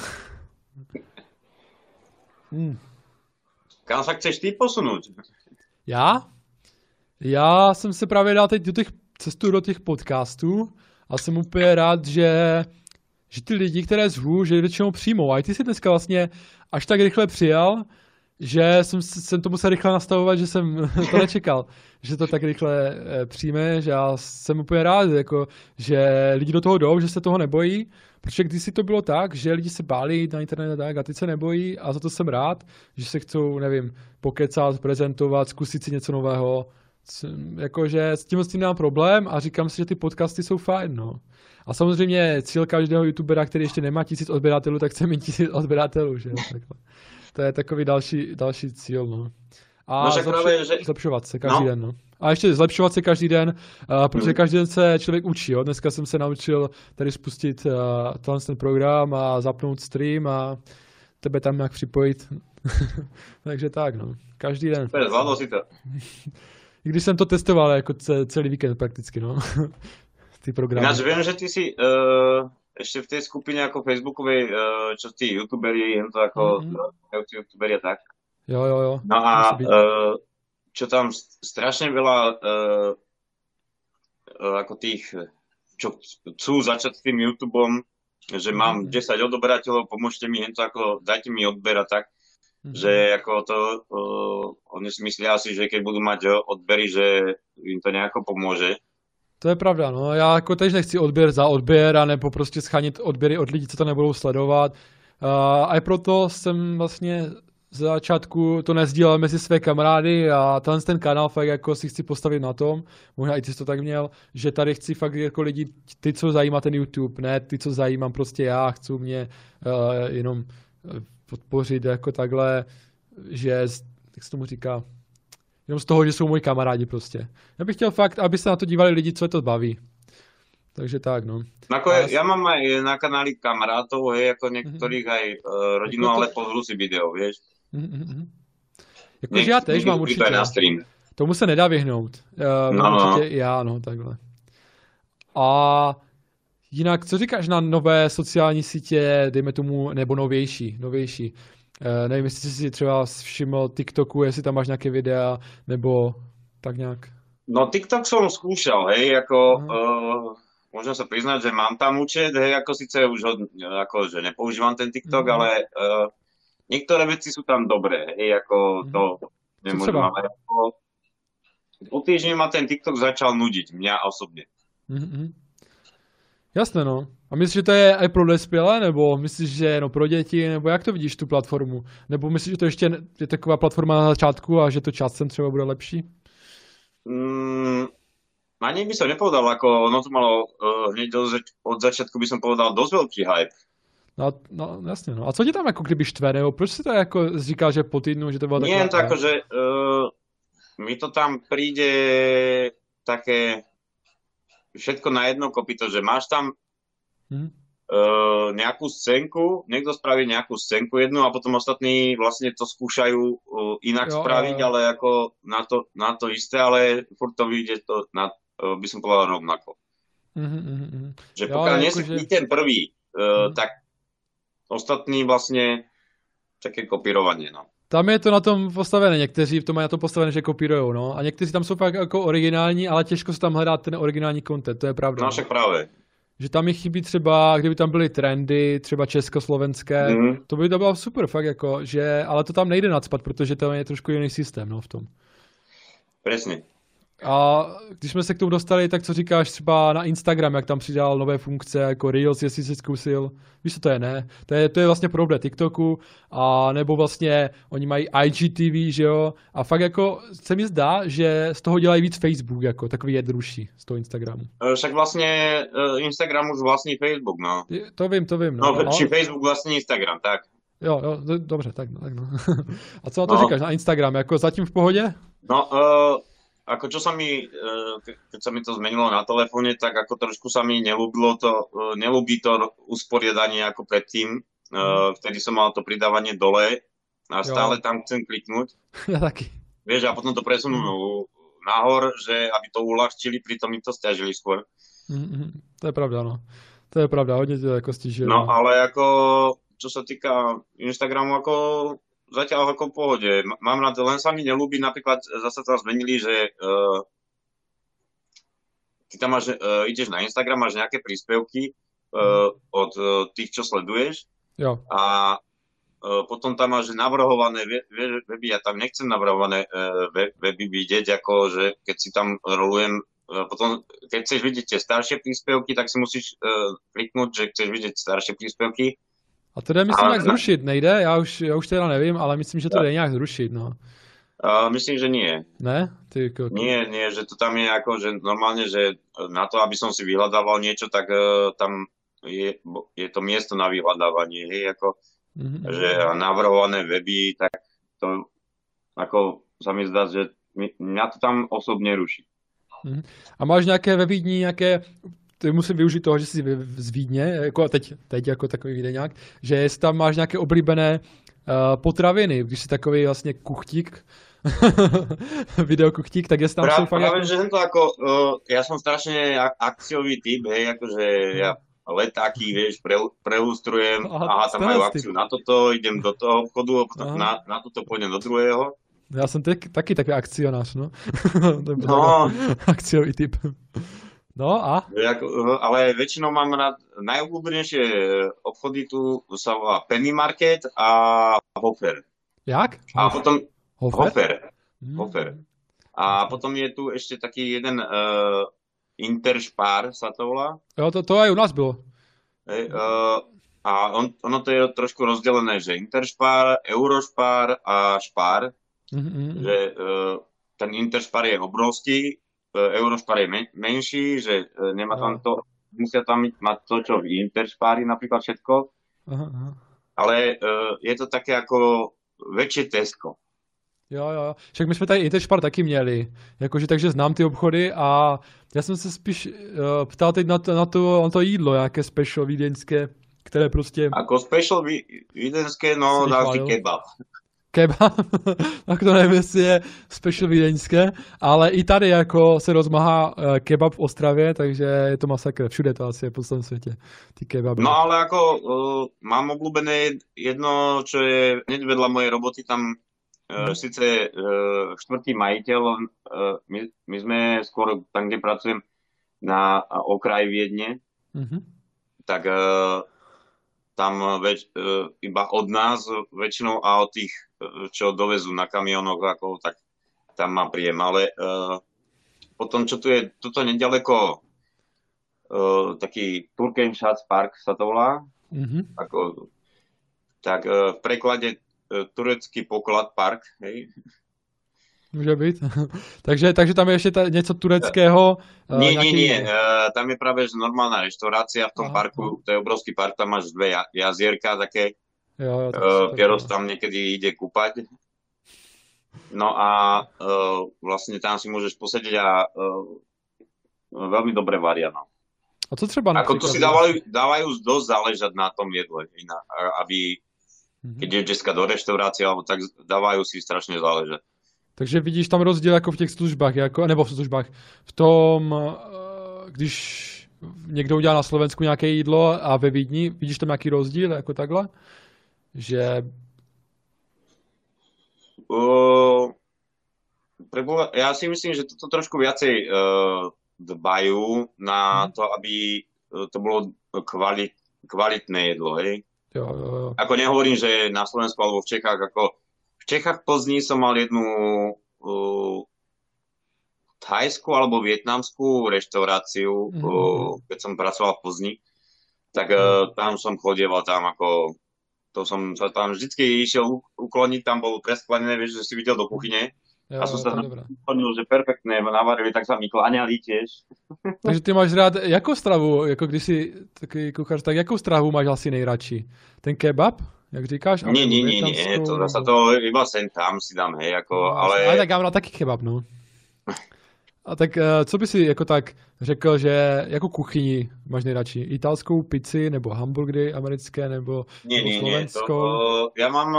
Kam sa chceš ty posunout? Já jsem se právě dal teď cestu do těch podcastů a jsem úplně rád, že ty lidi, které zvu, že většinou přijmou. A ty jsi dneska vlastně až tak rychle přijal, že jsem to musel rychle nastavovat, že jsem to nečekal, že to tak rychle přijme, že já jsem úplně rád, jako, že lidi do toho jdou, že se toho nebojí, protože kdysi to bylo tak, že lidi se báli na internetu tak a teď se nebojí a za to jsem rád, že se chcou, nevím, pokecat, prezentovat, zkusit si něco nového, jakože s tím nemám problém a říkám si, že ty podcasty jsou fajn, no. A samozřejmě cíl každého youtubera, který ještě nemá 1000 odběratelů, tak chce mít 1000 odběratelů, že jo, takhle. To je takový další cíl, no. A zlepšovat se každý den, no. A ještě zlepšovat se každý den, protože každý den se člověk učí, jo. Dneska jsem se naučil tady spustit ten program a zapnout stream a tebe tam nějak připojit. Takže tak, no. Každý den. Zvládlo si to. I když jsem to testoval jako celý víkend prakticky, no. Ty programy. Ináč viem, že ty si ešte v tej skupine ako Facebookovej, čo tí youtuberi, jen to ako youtuberi a tak. Jo. No a čo tam strašne veľa ako tých, čo chcú začať s tým YouTubeom, že mám 10 odoberateľov, pomôžte mi, jen to ako dajte mi odber a tak. Že ako to, oni si myslia asi, že keď budú mať odbery, že im to nejako pomôže. To je pravda, no. Já jako tež nechci odběr za odběr, anebo prostě schanit odběry od lidí, co to nebudou sledovat. A i proto jsem vlastně z začátku to nezdílel mezi své kamarády a ten kanál fakt jako si chci postavit na tom, možná i ty jsi to tak měl, že tady chci fakt jako lidi, ty, co zajímá ten YouTube, ne ty, co zajímám prostě já, chci mě jenom podpořit jako takhle, že, jak se tomu říká, jenom z toho, že jsou moji kamarádi prostě. Já bych chtěl fakt, aby se na to dívali lidi, co je to baví. Takže tak, no. Ja mám aj na kanáli kamarátov, hej, ako niektorých aj rodinu, ale pozrú si video, vieš. Jakože já tež mám určitě. Na stream. Tomu se nedá vyhnout. Určitě já, no, takhle. A jinak, co říkáš na nové sociální sítě, dejme tomu, nebo novější? Nevím, jestli jsi si třeba všiml TikToku, jestli tam máš nějaké videa, nebo tak nějak. No TikTok som skúšal, hej, ako môžem sa priznať, že mám tam účet, hej, ako síce už že nepoužívam ten TikTok, ale niektoré veci sú tam dobré, hej, ako to nemôžem, ale ako po týždni ma ten TikTok začal nudiť, mňa osobne. Jasné, no. A myslíš, že to je i pro dospělé, nebo myslíš, že je pro děti, nebo jak to vidíš tu platformu? Nebo myslíš, že to ještě je taková platforma na začátku a že to časem třeba bude lepší? Ani by som nepovedal, ako ono to malo hneď od začiatku by som povedal dosť veľký hype. No jasně, no. A co ti tam jako kdyby štve, nebo proč si to jako říkal, že po týdnu, že to bylo takové? Nie, tak že mi to tam príde také všetko na jedno kopyto, že máš tam nejakú scénku, niekto spraví nejakú scénku jednu a potom ostatní vlastne to skúšajú inak spraviť, ale ako na to isté, ale furt to vyjde to by som povedal rovnako. Že pokiaľ nie si ten prvý, tak ostatní vlastne také kopírovanie, no. Tam je to na tom postavené, někteří to mají na tom postavené, že kopírujou, no. A někteří tam jsou fakt jako originální, ale těžko se tam hledá ten originální content, to je pravda. No však právě. Že tam mi chybí třeba, kdyby tam byly trendy, třeba československé, to by to bylo super, fakt jako, že, ale to tam nejde nacpat, protože to je trošku jiný systém, no, v tom. Přesně. A když jsme se k tomu dostali, tak co říkáš třeba na Instagram, jak tam přidal nové funkce, jako Reels, jestli jsi zkusil? Víš, co to je, ne? To je vlastně problém TikToku, a nebo vlastně oni mají IGTV, že jo? A fakt jako se mi zdá, že z toho dělají víc Facebook, jako takový jednodušší z toho Instagramu. Však vlastně Instagram už vlastní Facebook, no. To vím, no. No, či Facebook vlastní Instagram, tak. Jo, dobře, tak no. A co na to říkáš na Instagram, jako zatím v pohodě? No, ako čo sa mi, keď sa mi to zmenilo na telefóne, tak ako trošku sa mi nelúbí to usporiadanie ako predtým. Vtedy som mal to pridávanie dole a stále tam chcem kliknúť. Ja taky. Vieš, a potom to presunú nahor, že aby to uľahčili, pritom mi to stiažili skôr. To je pravda, no. To je pravda, hodně to jako stížili. No, ale ako, čo sa týka Instagramu, ako zatiaľ ako v pohode. Mám rád, len sa mi nelúbi, napríklad zase tam zmenili, že ty tam máš, ideš na Instagram, máš nejaké príspevky od tých, čo sleduješ. Jo. A potom tam máš navrhované weby, ja tam nechcem navrhované weby vidieť, ako že keď si tam rolujem, potom keď chceš vidieť tie staršie príspevky, tak si musíš kliknúť, že chceš vidieť staršie príspevky. A to jde, myslím, nějak zrušit, nejde? Já už teda nevím, ale myslím, že to jde nějak zrušit, no. Myslím, že nie. Ne? Nie, že to tam je ako, že normálne, že na to, aby som si vyhľadával niečo, tak tam je to miesto na vyhľadávanie, hej, ako, že navrhované weby, tak to ako sa mi zdá, že mňa to tam osobne ruší. A máš nějaké ve Vídni, nějaké, ty musím využít toho, že jsi z Vídně, jako teď jako takový videňák, že jestli tam máš nějaké oblíbené potraviny, když jsi takový vlastně kuchtík, videokuchtík, tak jestli tam jsou fakt... Práve, že to ako, ja som strašne akciový typ, hej, akože ja letáky, vieš, prelustrujem, aha, tam majú akciu na toto, idem do toho obchodu, a potom na toto pôjdem do druhého. Já jsem taky takový akcionář, no. No. Akciový typ. No a? Ale väčšinou mám rád najobľúbenejšie obchody tu sa volá Penny Market a Hofer. Jak? A potom Hofer. A potom je tu ešte taký jeden Interspar sa to volá. Jo, to aj u nás bylo. A ono to je trošku rozdelené, že Interspar, Eurospar a Spar, že ten Interspar je obrovský, Eurospar je menší, že nemá tam to, musia tam mať to, čo v Interspári napríklad všetko, ale je to také ako väčšie Tesco. Jo. Však my jsme tady Interspar taky měli. Jakože, takže znám ty obchody a já jsem se spíš ptal teď na to jídlo, nějaké special vídeňské, které prostě... Ako special vídeňské, no dám si kebab. Kebab, tak to nevím, jestli je special vídeňské, ale i tady jako se rozmáhá kebab v Ostravě, takže je to masakr. Všude to asi je po celém světě, ty kebaby. No ale ako mám obľúbené jedno, čo je hneď vedľa mojej roboty, tam síce štvrtý majiteľ, my sme skôr tam, kde pracujem, na okraji Viedne, tak tam iba od nás väčšinou a od tých, čo dovezú na kamionoch, ako, tak tam má príjem. Ale potom, čo tu je, tuto nedaleko, taký Turkenschatz Park sa to volá, tak v preklade turecký poklad park, hej. Může být. takže tam je ještě něco tureckého. Nie. Tam je práve že normálna reštaurácia v tom parku. To je obrovský park, tam máš dve jazierka také. Pieros tam niekedy ide kúpať. No a vlastne tam si môžeš posedieť a veľmi dobre varia. No. A co třeba napríklad? Ako tu si dávajú dosť záležať na tom jedle, aby keď je dneska do reštaurácie, alebo tak dávajú si strašne záležať. Takže vidíš tam rozdíl jako v těch službách, nebo v službách, v tom, když někdo udělá na Slovensku nějaké jídlo a ve Vídni, vidíš tam nějaký rozdíl, jako takhle? Že... Ja si myslím, že toto trošku viacej dbajú na to, aby to bolo kvalitné jedlo, hej? Jo. Ako nehovorím, že na Slovensku alebo v Čechách, ako v Čechách v Plzni som mal jednu thajskú alebo vietnamskú reštauráciu, keď som pracoval v Plzni, tak tam som chodieval, tam ako, to som sa tam vždycky išiel ukloniť, tam bol presklenené, vieš, že si videl do kuchyne. A som sa tam uklonil, že perfektné navarili, tak sa mi kláňali tiež. Takže ty máš rád, jakou stravu, jako když si takový kuchař, tak jakou stravu máš asi nejradši? Ten kebab? Jak říkáš? Nie, to zase to iba sem tam si dám, hej, ako, ale... Ale tak já mám rád taky kebab, no. A tak co by si jako tak řekl, že jako kuchyni máš nejradši? Italskou pizzi, nebo hamburgery americké, nebo slovenskou? Ja mám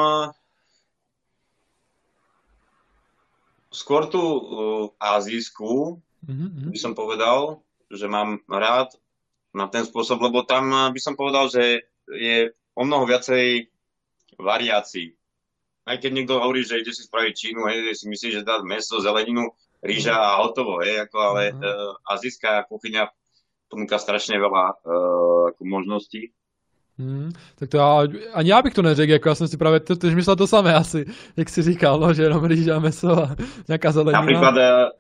skôr tú azijskú, by som povedal, že mám rád na ten spôsob, lebo tam by som povedal, že je o mnoho viacej variácií. Aj keď niekto hovorí, že ide si spraviť Čínu, hej, si myslí, že dá mäso, zeleninu, rýža a hotovo, hej, ako, ale azijská kuchyňa ponúka strašne veľa ako možností. Tak to ani já bych to neřekl, jako já jsem si právě tož myslel to samé asi, jak jsi říkal, no, že jenom rýža, mäso a nějaká zelenina. Napríklad,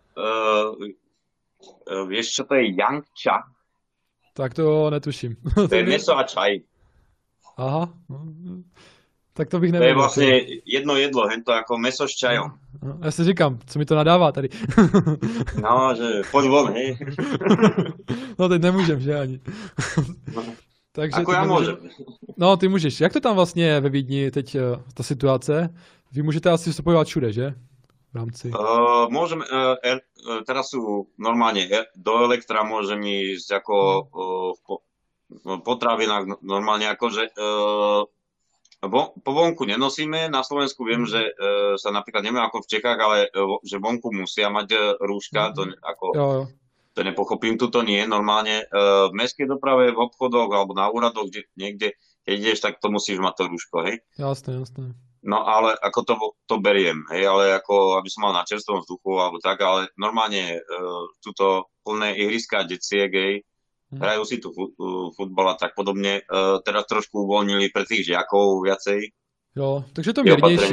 vieš, čo to je yang cha? Tak to netuším. To je mäso a čaj. Aha. Tak to bych nevěděl. To je vlastně jedno jedlo, hento jako mäso s čajom. Já si říkám, co mi to nadává tady. No, že pojď von, hej. No teď nemůžem, že ani. Takže ako ja môžem. No, ty můžeš. Jak to tam vlastně je ve Vídni teď ta situace? Vy můžete asi vstupovat všude, že? V rámci. Môžem, teraz sú normálne do elektra môžem ísť ako v potravinách normálne akože po vonku nenosíme. Na Slovensku viem, že sa napríklad neviem ako v Čechách, ale že vonku musia mať rúška, to ako... Jo. To nepochopím, tuto nie. Normálne v mestskej doprave, v obchodoch alebo na úradoch, kde niekde, keď ideš, tak to musíš mať to rúško, hej? Jasné. No ale ako to beriem, hej, ale ako aby som mal na čerstvom vzduchu alebo tak, ale normálne tuto plné ihriska deciek, hej, hrajú si tu futbal a tak podobne. Teraz trošku uvoľnili pre tých žiakov viacej. Jo, takže to mírnější.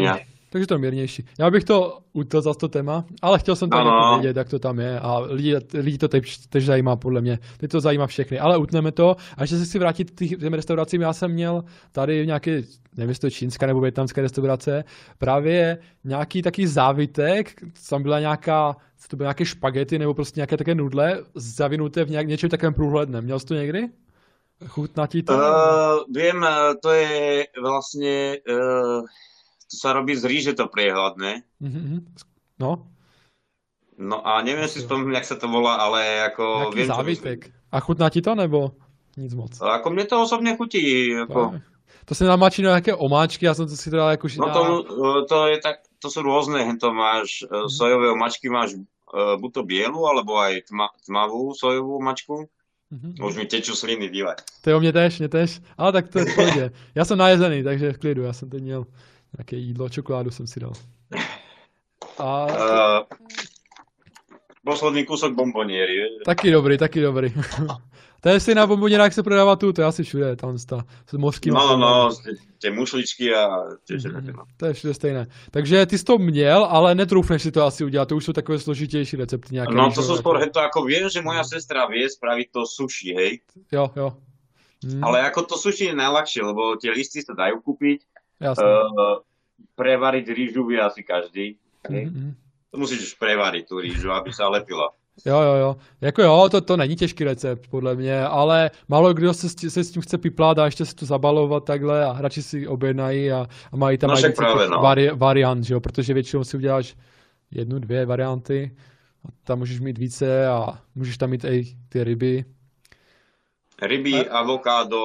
Takže to je mírnější. Já bych to util za to téma, ale chtěl jsem to jako vědět, jak to tam je a lidi to teď zajímá podle mě. Teď to zajímá všechny, ale utneme to. A ještě se chci vrátit k těm restauracím. Já jsem měl tady nějaké, nevím, jestli to je čínská nebo vietnamská restaurace, právě nějaký taký závitek, tam byla to byly nějaké špagety nebo prostě nějaké také nudle zavinuté v něčem takovém průhledném. Měl jsi to někdy? Chutná ti to? Viem, to je vlastne, to sa robí z ríže to priehľadné. No. No a neviem si spomínať, jak sa to volá, ale ako Jaký viem, závitek. A chutná ti to, nebo nic moc? Ako mne to osobne chutí. Ako... To se namačí na nějaké omáčky, já jsem to si to dal jako No to sú rôzne, to máš sojové omáčky, máš buď to bielu, alebo aj tmavú sojovú omáčku. Už mi tečú sliny, dívaj. To jo, mě tež. Ale tak to je v pohodě. Já jsem najezený, takže v klidu. Já jsem teď měl nějaké jídlo, čokoládu jsem si dal. A... Posledný kúsok bomboniery. Taky dobrý. To je stejná bomboněra, jak se prodává tu, to je asi všude, tam s mořským. No, tie mušličky a to je všude stejné. Takže ty jsi to měl, ale netroufneš si to asi udělat, to už jsou takové složitější recepty nějaké. No to sú skôr, to ako viem, že moja sestra vie spraviť to sushi, hej. Jo. Ale ako to sushi je najľahšie, lebo tie listy sa dajú kúpiť. Jasne. Prevariť rýžu vie asi každý. To musíš prevariť tú rýžu, aby sa lepila. Jo. Jako jo, to není těžký recept, podle mě, ale málo kdo se s tím chce piplat a ještě se to zabalovat takhle a radši si objednají a mají tam variant, že jo, protože většinou si uděláš 1, 2 varianty a tam můžeš mít více a můžeš tam mít i ty ryby. Ryby, avokádo,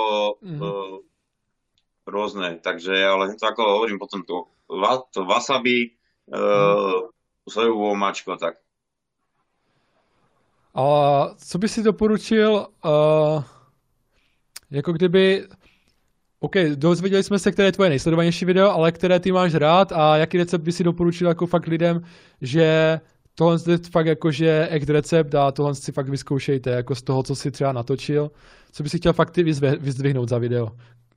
rôzne, takže ale to ako hovorím potom to wasabi, sojovú omáčku a tak. A co by si doporučil, jako kdyby, OK, dozvěděli jsme se, které je tvoje nejsledovanější video, ale které ty máš rád a jaký recept by si doporučil jako fakt lidem, že tohle je fakt jako, že act recept a tohle si fakt vyzkoušejte, jako z toho, co si třeba natočil. Co by si chtěl fakt ty vyzdvihnout za video?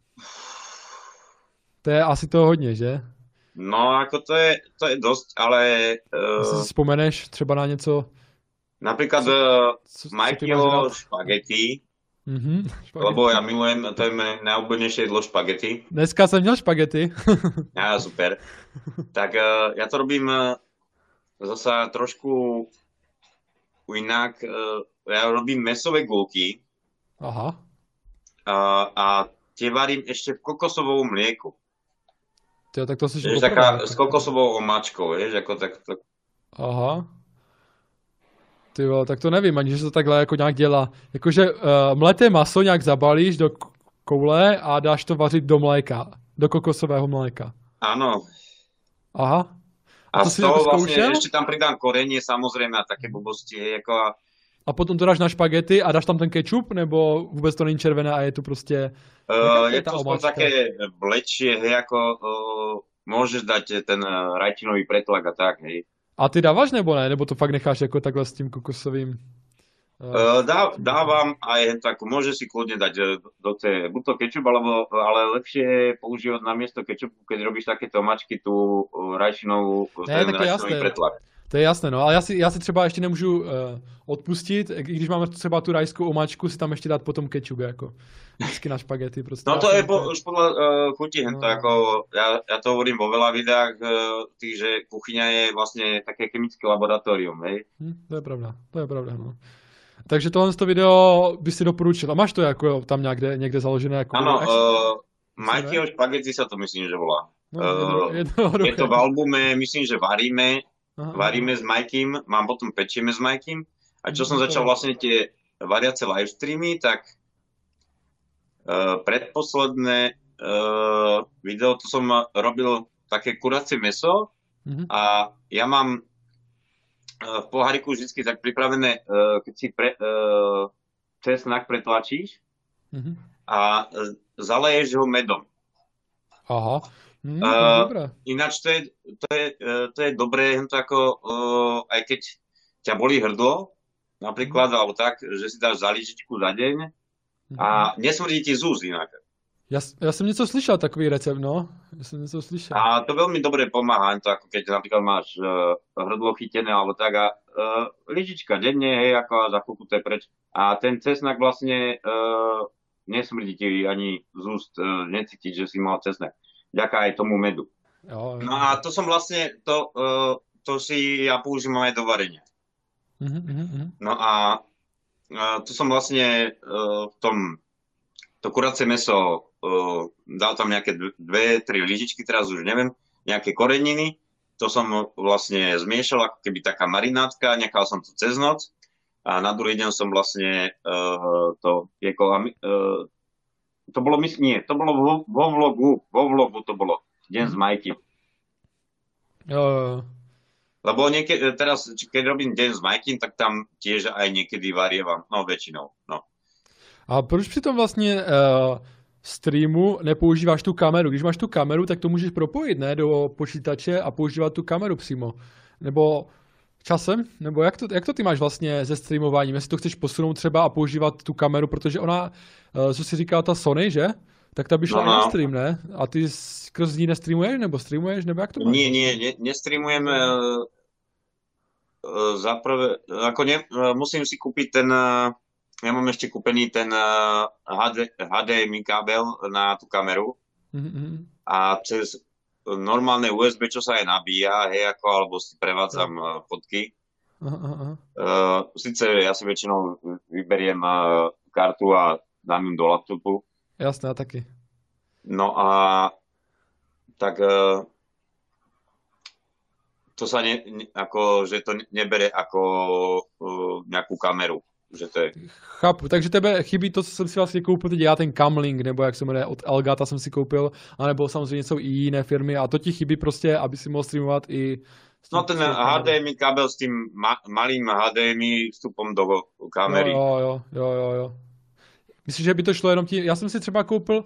To je asi toho hodně, že? No, ako to je dosť, ale... Si vzpomeneš třeba na něco? Napríklad Mikeyho špagety, lebo ja milujem, to je najobľúbenejšie jedlo špagety. Dneska som měl špagety. Ja, super. Tak ja to robím zasa trošku inak. Ja robím mäsové gulky. Aha. A tie varím ešte v kokosovom mlieku. Tak to si taká s kokosovou omáčkou, vieš, ako tak. Aha. Tyjo, tak to nevím, ani že se to takhle jako nějak dělá. Jakože mleté maso nějak zabalíš do koule a dáš to vařit do mléka, do kokosového mléka. Áno. Aha. A z toho vlastne ešte tam pridám korenie, samozrejme, a také blbosti. Jako a potom to dáš na špagety a dáš tam ten kečup, nebo vůbec to není červené a je to prostě... je to skôr také blečie, hej, ako môžeš dať ten rajčinový pretlak a tak, hej. A ty dáváš nebo ne? Nebo to fakt necháš jako takhle s tím kokosovým? Dávam aj tak, môže si kľudne dať buď to kečup, ale lepšie používať namiesto kečupu, keď robíš také tomačky, tú rajčinovú, ten rajčinový pretlak. To je jasné, no, ale já si třeba ještě nemůžu odpustit, když máme třeba tu rajskou omáčku, si tam ještě dát potom kečup, jako vždycky na špagety. Prostě. No to je už podľa chuti, to ako, ja to hovorím vo veľa videách, že kuchyňa je vlastne také chemické laboratórium, hej? To je pravda, no. Takže tohle video by si doporučil. A máš to jako tam někde založené? Jako ano, Mikeyho špagety sa to myslím, že volá. Je to v albume, myslím, že varíme s Mikeym, mám potom pečieme s Mikeym. A čo som začal vlastne tie variace livestreamy, tak predposledné video, to som robil také kuracie mäso a ja mám v poháriku vždycky tak pripravené, keď si cesnak pretlačíš a zaleješ ho medom. Aha. Ináč to je dobré, to ako, aj keď ťa bolí hrdlo, napríklad, alebo tak, že si dáš za lyžičku za deň a nesmrdí ti zúz inak. Ja som něco slyšel, takový recept, no. Ja som něco slyšel. A to veľmi dobre pomáha, to ako keď napríklad máš hrdlo chytené alebo tak a lyžička denne, hej, ako a za chvíľku to je preč. A ten cesnak vlastne nesmrdí ti ani z úst, necítiť, že si mal cesnak. Vďaka aj tomu medu. Jo, No a to som vlastne, to si ja používam aj do varenia. No a tu som vlastne v tom, to kuracie mäso dal tam nejaké 2-3 lyžičky, teraz už neviem, nejaké koreniny. To som vlastne zmiešal ako keby taká marinátka, nechal som to cez noc a na druhý deň som vlastne to piekol. To bolo, nie, to bolo vo vlogu to bolo, deň z Majky. Jo. Lebo teraz, keď robím deň s Majkým, tak tam tiež aj niekedy varievam, no väčšinou, no. A proč při tom vlastně streamu nepoužíváš tu kameru? Když máš tu kameru, tak to můžeš propojit, ne, do počítače a používat tu kameru přímo. Nebo časem? Nebo jak to ty máš vlastně se streamováním? Jestli to chceš posunout třeba a používat tu kameru, protože ona, co si říkala ta Sony, že? Tak ta by šla na stream, ne? A ty skrz ní nestreamuješ, nebo streamuješ, nebo jak to máš? Nie, nestreamujem zaprvé, ako musím si kúpiť ten, ja mám ešte kúpený ten HDMI kábel na tú kameru a cez normálne USB, čo sa aj nabíja, hej, ako, alebo si prevádzam fotky. Sice ja si väčšinou vyberiem kartu a dám ju do laptopu. Jasné, taky. No a tak to sa že to nebere ako nejakú kameru. Že to je... Chápu, takže tebe chybí to, co jsem si vlastně koupil teď já, ten Camlink, nebo jak se jmenuje, od Elgata jsem si koupil, anebo samozřejmě jsou i jiné firmy a to ti chybí prostě, aby si mohl streamovat i... No ten HDMI kábel s tím malým HDMI vstupom do kamery. Jo. Myslím, že by to šlo jenom tím, já jsem si třeba koupil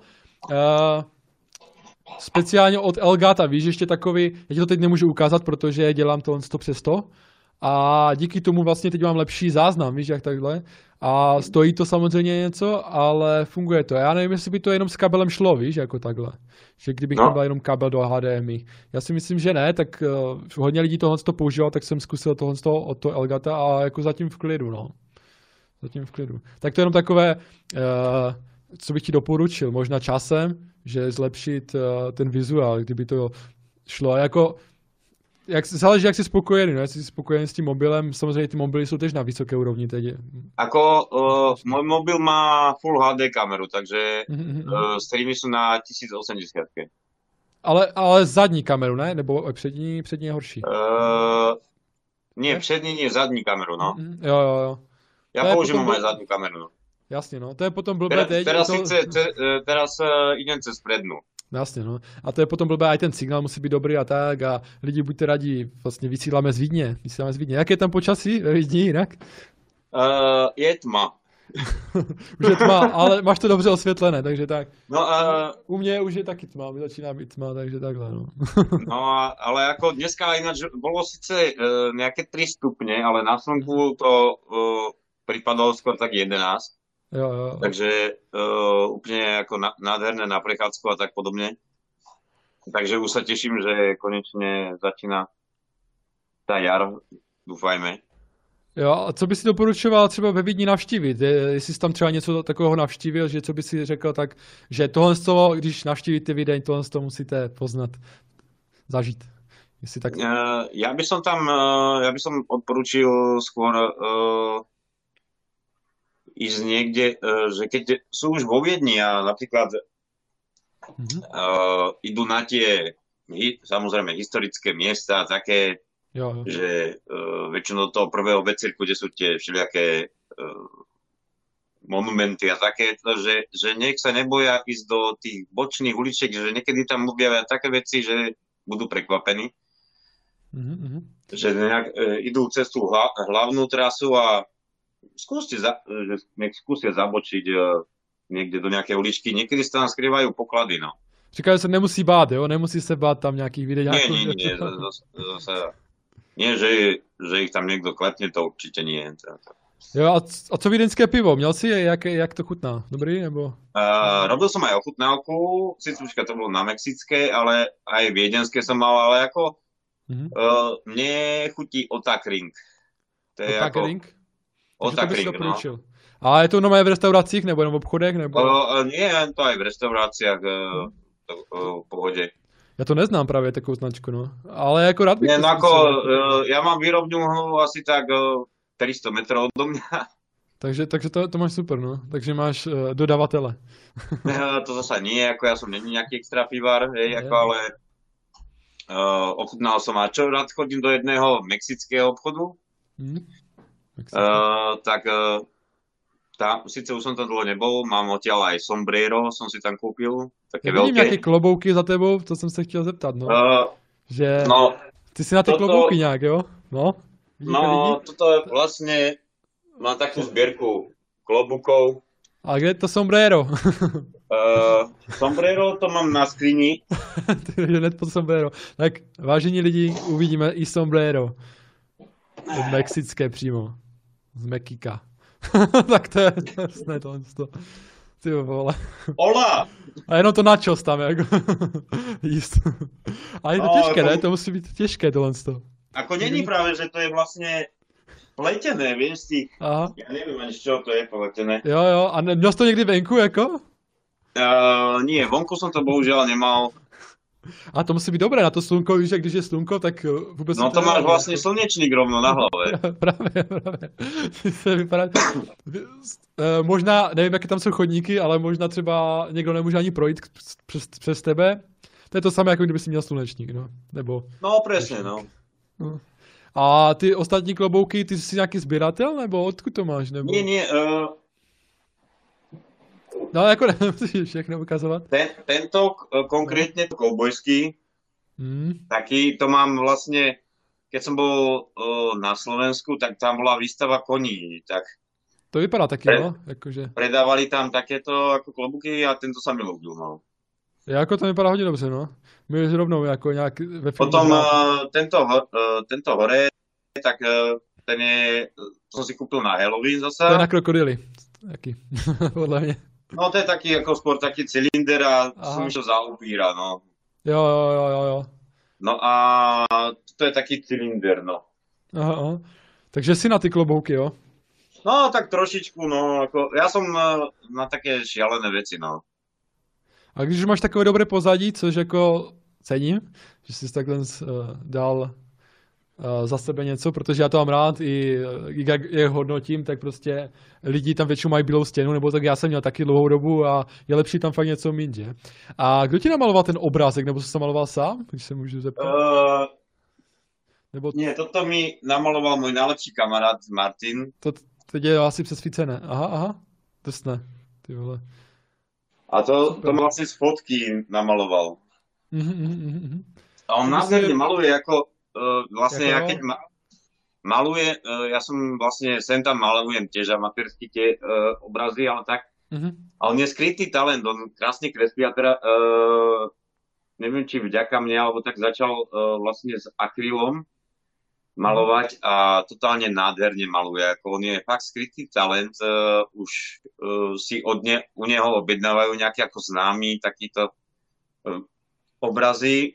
speciálně od Elgata, víš, ještě takový, já ti to teď nemůžu ukázat, protože dělám to přes to a díky tomu vlastně teď mám lepší záznam, víš, jak takhle a stojí to samozřejmě něco, ale funguje to. Já nevím, jestli by to jenom s kabelem šlo, víš, jako takhle, že kdybych měl jenom kabel do HDMI. Já si myslím, že ne, tak hodně lidí tohle to používal, tak jsem zkusil tohle od toho Elgata a jako zatím v klidu, no. Zatím v klidu. Tak to je jenom takové, co bych ti doporučil, možná časem, že zlepšit ten vizuál, kdyby to šlo. Jako, záleží, jak jsi spokojený, no? Jestli jsi spokojený s tím mobilem, samozřejmě ty mobily jsou tež na vysoké úrovni teď. Ako môj mobil má Full HD kameru, takže streamy sú na 1080. Ale zadní kameru, ne? Nebo přední je horší? Nie, přední nie, zadní kameru, no. Jo. Ja používam aj zadnú kameru, no. Jasně, no, to je potom blbé teď. Teraz idem cez prednú. Jasně, no. A to je potom blbé, aj ten signál musí být dobrý a tak a lidi buďte radí, vlastně vysíláme z Vídně. Jak je tam počasí ve Vídni jinak? Je tma. Už je tma, ale máš to dobře osvětlené, takže tak. No, u mě už je taky tma, začíná být tma, takže takhle, no. No, ale ako dneska ináč bolo sice nejaké 3 stupne, ale na slnku to pripadalo skôr tak 11. Jo. Takže úplne ako nádherné na prechádzku a tak podobne. Takže už sa teším, že konečne začína tá jar, dúfajme. Jo, a co by si doporučoval třeba ve Vídni navštívit? Jestli jsi tam třeba něco takového navštívil, že co by si řekl tak, že tohle, když navštívíte Vídeň, tohle musíte poznat, zažít. Jestli tak... Ja by som odporučil skôr ísť niekde, že keď sú už vo Viedni a napríklad idú na tie samozrejme historické miesta, také, jo. Že väčšinou do toho prvého vecírku, kde sú tie všelijaké monumenty a také, že nech sa neboja ísť do tých bočných uličiek, že niekedy tam objavia také veci, že budú prekvapení. Že idú cez tú hlavnú trasu a skúste zabočiť niekde do nejakej uličky. Niekedy sa tam skrývajú poklady, no. Říkajú, že sa nemusí bát, jo? Nemusí sa bát tam nejakých videákov. Nie, nie, že ich tam niekto klepne, to určite nie. Jo, a co vídeňské pivo? Měl si je? Jak to chutná? Dobrý, nebo? Robil som aj ochutnávku, síce počkaj, to bolo na mexické, ale aj viedenské som mal, ale ako Mhm. mne chutí Ottakring. To je jako Ottakring? Takže to by si Ottakring, no. doporučil. A je to normálně v restauracích, nebo jenom v obchodech, nebo? Nie, to aj v restauráciách v pohode. Já to neznám právě, takovou značku, no. Ale jako rád bych Nie, to no ako, zkusil. ja mám výrobňu asi tak 300 metrov odo mňa. Takže to máš super, no. Takže máš dodavatele. To zasa nie, ako ja som není nejaký extra pivár, hej, ako, ale ochutnal som. A čo rád chodím do jedného mexického obchodu, Hm? tak tam, síce už som tam dlho nebol, mám odtiaľ aj sombrero, som si tam kúpil, také Já vidím veľké. nějaké klobouky za tebou, to jsem se chtěl zeptat, no. Že No, ty si na ty toto- klobouky nějak, jo? No? Vidíte no, lidi? toto je vlastne, mám takú zbierku klobúkov. A kde je to sombrero? Sombrero to mám na skrini. Ty hned po sombrero. Tak vážení lidi, uvidíme i sombrero. Mexické přímo. Z Mexika. Tak to je jasné tohle. Ty vole. Ola! A jenom to načos tam, jako. Jíst. A je to No, těžké, jako- ne? To musí být těžké tohle. Ako není práve, že to je vlastne pletené, vieš si. Aha. Ja neviem ani z čoho to je pletené. Jo. A měl jsi to někdy venku, jako? Nie, vonku som to bohužiaľ nemal. A to musí být dobré na to slunko, víš, že když je slunko, tak vůbec... No si to máš nevadí, vlastne jako. slnečník rovno na hlave. Právě. Ty se vypadá... Možná, nevím, jaké tam jsou chodníky, ale možná třeba někdo nemůže ani projít přes tebe. To je to samé, jako kdyby si měl slunečník, no. Nebo... No presne, no. A ty ostatní klobouky, ty jsi nějaký sběratel, nebo odkud to máš, nebo... Nie, No, jako nemusíš všechno ukazovat. tento konkrétne koubojský, taký, to mám vlastne, keď som bol na Slovensku, tak tam bola výstava koní, tak To vypadá taky, no, jakože... predávali tam takéto ako klobuky a tento sa mi ľúbil, no. Jako to vypadá hodně dobře, no. My rovnou jako nějak ve filmu... Potom tento hore, tak ten je, to som si kúpil na Halloween To je zasa. na krokodily. Taky, podle mě. No to je taký ako skôr taký cylinder a Aha. som išiel za upíra, no. Jo. No a to je taký cylinder, no. Aha. Takže si na ty klobouky, jo? No tak trošičku, no, ako, ja som na také šialené veci, no. A když už máš takové dobré pozadí, což jako cením, že jsi takhle dal za sebe něco, protože já to mám rád, i jak je hodnotím, tak prostě lidi tam většinou mají bílou stěnu, nebo tak já jsem měl taky dlouhou dobu a je lepší tam fakt něco mít, že? A kdo ti namaloval ten obrázek, nebo jsi to maloval sám, když se můžu zeptat? Nebo Nie, toto mi namaloval môj najlepší kamarát Martin. to teď je asi přesvícené. Aha, drsné, ty vole. A to vlastne z fotky namaloval. A on nádherne maluje ako vlastne, ja keď maluje, ja som vlastne sem tam malujem tiež amatérsky tie obrazy, ale tak. A on je skrytý talent, on krásne kreslí a teda neviem, či vďaka mne, alebo tak začal vlastne s akrylom malovať a totálne nádherne maluje. Ako on je fakt skrytý talent, už si u neho objednávajú nejaké ako známi takýto obrazy.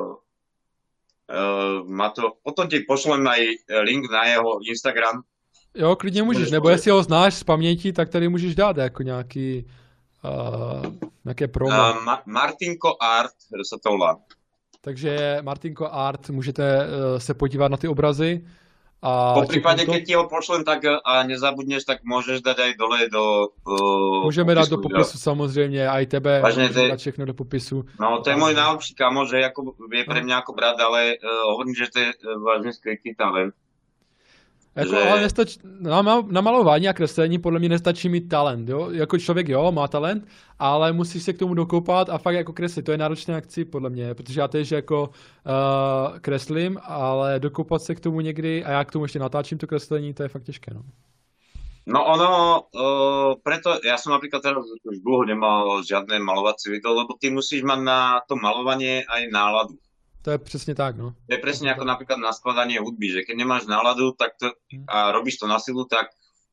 Potom ti pošlem aj link na jeho Instagram. Jo, klidně můžeš, nebo jestli ho znáš z paměti, tak tady můžeš dát jako nějaké promo. Martinko Art sa to volá. Takže Martinko Art, můžete se podívat na ty obrazy. A po prípade, keď ti ho pošlem, tak a nezabudneš, tak môžeš dať aj dole do Můžeme dát do popisu samozřejmě, aj tebe, můžeme dát všechno do popisu. No, to je môj najlepší kamoš, že ako, je pre mňa ako brat, ale hovorím, že to je vážne skrytý talent. Jako, ale na malování a kreslení podle mě nestačí mít talent, jo? Jako člověk, jo, má talent, ale musíš se k tomu dokopat a fakt jako kreslit. To je náročné akci podle mě, protože já tež jako kreslím, ale dokopat se k tomu někdy a já k tomu ještě natáčím to kreslení, to je fakt těžké, no. No ono, preto ja som napríklad teraz už dlho nemal žiadne malovacie video, lebo ty musíš mať na to malovanie aj náladu. To je přesně tak, no. To je presne ako napríklad na skladanie hudby, že keď nemáš náladu tak to, a robíš to na silu, tak v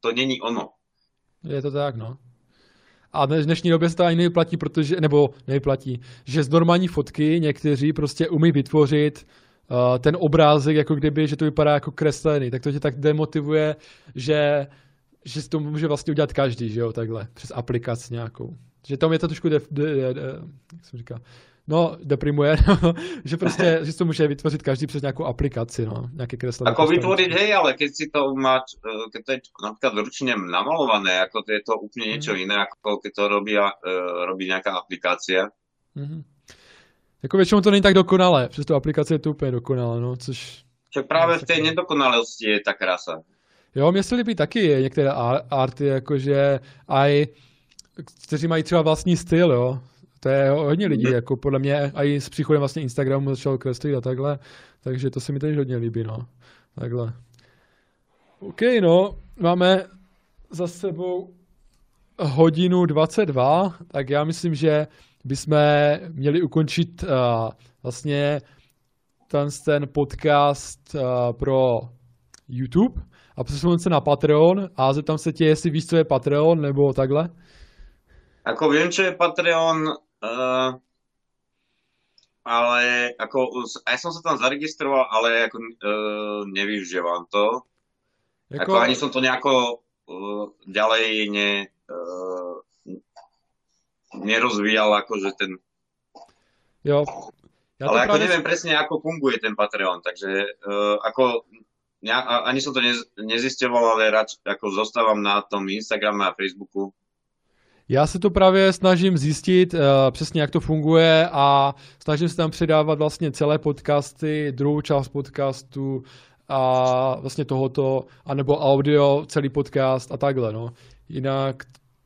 to není ono. Je to tak, no. A v dnešní době se to ani nevyplatí, protože, nebo nevyplatí, že z normální fotky někteří prostě umí vytvořit ten obrázek, jako kdyby, že to vypadá jako kreslený, tak to tě tak demotivuje, že si to může vlastně udělat každý, že jo, takhle, přes aplikaci nějakou. Že to mě to trošku jak jsem říkal, no, deprimuje, že prostě, že to může vytvořit každý přes nějakou aplikaci, no, nějaké kreslení. Ako vytvoriť, hej, ale keď si to máš, keď to je napríklad ručne namalované, ako to je to úplne niečo iné, ako keď to robí nejaká aplikácia. Mm-hmm. Jako většinou to není tak dokonalé, přes tu aplikaci je to úplně dokonalé, no, což... Čo práve v tej nedokonalosti je tá krása. Jo, mně se líbí taky některé arty, jakože aj, kteří mají třeba vlastní styl, jo. To je hodně lidí, jako podle mě, i s příchodem vlastně Instagramu začal kreslit a takhle, takže to se mi teď hodně líbí, no. Takhle. OK, no, máme za sebou 1:22, tak já myslím, že bychom měli ukončit vlastně ten podcast pro YouTube a přesunout se na Patreon a zeptám se tě, jestli víš, co je Patreon, nebo takhle? Ako viem, čo je Patreon, ale ako, aj som sa tam zaregistroval, ale ako nevyužívam to. Ako ani som to nejako ďalej nerozvíjal, akože ten... Jo. Ale ako neviem presne, ako funguje ten Patreon, takže ako ani som to nezisťoval, ale rád ako zostávam na tom Instagrame a Facebooku. Já se to právě snažím zjistit přesně, jak to funguje a snažím se tam předávat vlastně celé podcasty, druhou část podcastu a vlastně tohoto, anebo audio, celý podcast a takhle, no. Jinak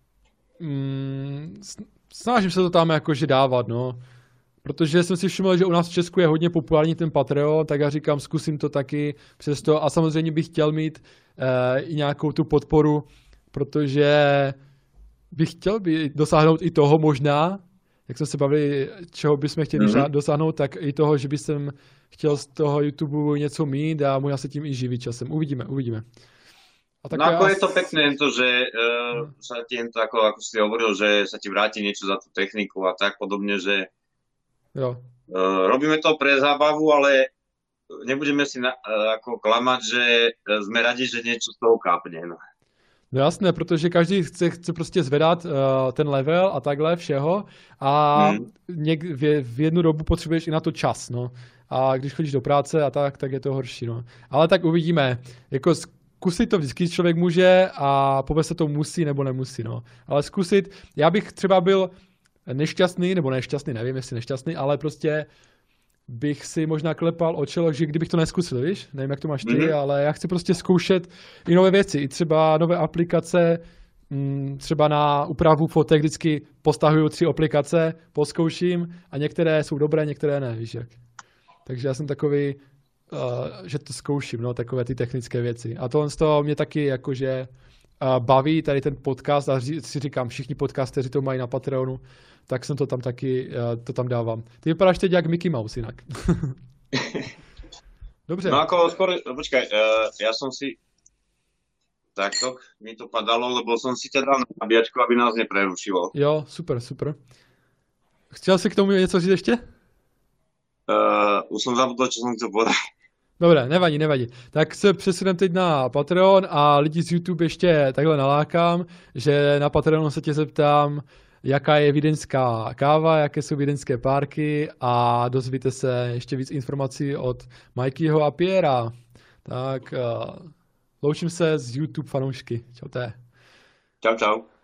snažím se to tam jakože dávat, no. Protože jsem si všiml, že u nás v Česku je hodně populární ten Patreon, tak já říkám, zkusím to taky přesto a samozřejmě bych chtěl mít i nějakou tu podporu, protože bych chtěl dosáhnout i toho možná, jak jsme se bavili, čeho bychom chtěli dosáhnout, tak i toho, že bych chtěl z toho YouTube něco mít a možná se tím i živit časem. Uvidíme. A no ako je to pekné, to, že sa ti to, ako si hovoril, že sa ti vráti niečo za tú techniku a tak podobne, že jo. Robíme to pre zábavu, ale nebudeme si ako klamať, že sme radi, že niečo z toho kápne. No. No jasné, protože každý chce prostě zvedat ten level a takhle všeho a v jednu dobu potřebuješ i na to čas, no. A když chodíš do práce a tak je to horší, no. Ale tak uvidíme. Jako zkusit to vždycky člověk může a povede se to musí nebo nemusí, no. Ale zkusit, já bych třeba byl nešťastný, nevím, jestli nešťastný, ale prostě bych si možná klepal o čelo, že kdybych to neskusil, víš? Nevím, jak to máš ty, ale já chci prostě zkoušet i nové věci, i třeba nové aplikace, třeba na úpravu fotek vždycky postahuju 3 aplikace, pozkouším a některé jsou dobré, některé ne, víš jak. Takže já jsem takový, že to zkouším, no, takové ty technické věci. A tohle z toho mě taky jakože baví tady ten podcast a si říkám, všichni podcasteři to mají na Patreonu, tak jsem to tam taky, to tam dávám. Ty vypadáš teď jak Mickey Mouse jinak. Dobře. No ako skôr, počkaj, ja som si takto mi to padalo, lebo som si ťa dal na nabíjačku, aby nás neprerušilo. Jo, super. Chtěl jsi k tomu něco říct ještě? Už som zabudol, čo som chcel povedať. Dobré, nevadí. Tak se přesunem teď na Patreon a lidi z YouTube ještě takhle nalákám, že na Patreonu se tě zeptám, jaká je vídeňská káva, jaké jsou vídeňské párky a dozvíte se ještě víc informací od Mikeyho a Piera. Tak loučím se z YouTube fanoušky. Čaute. Čau.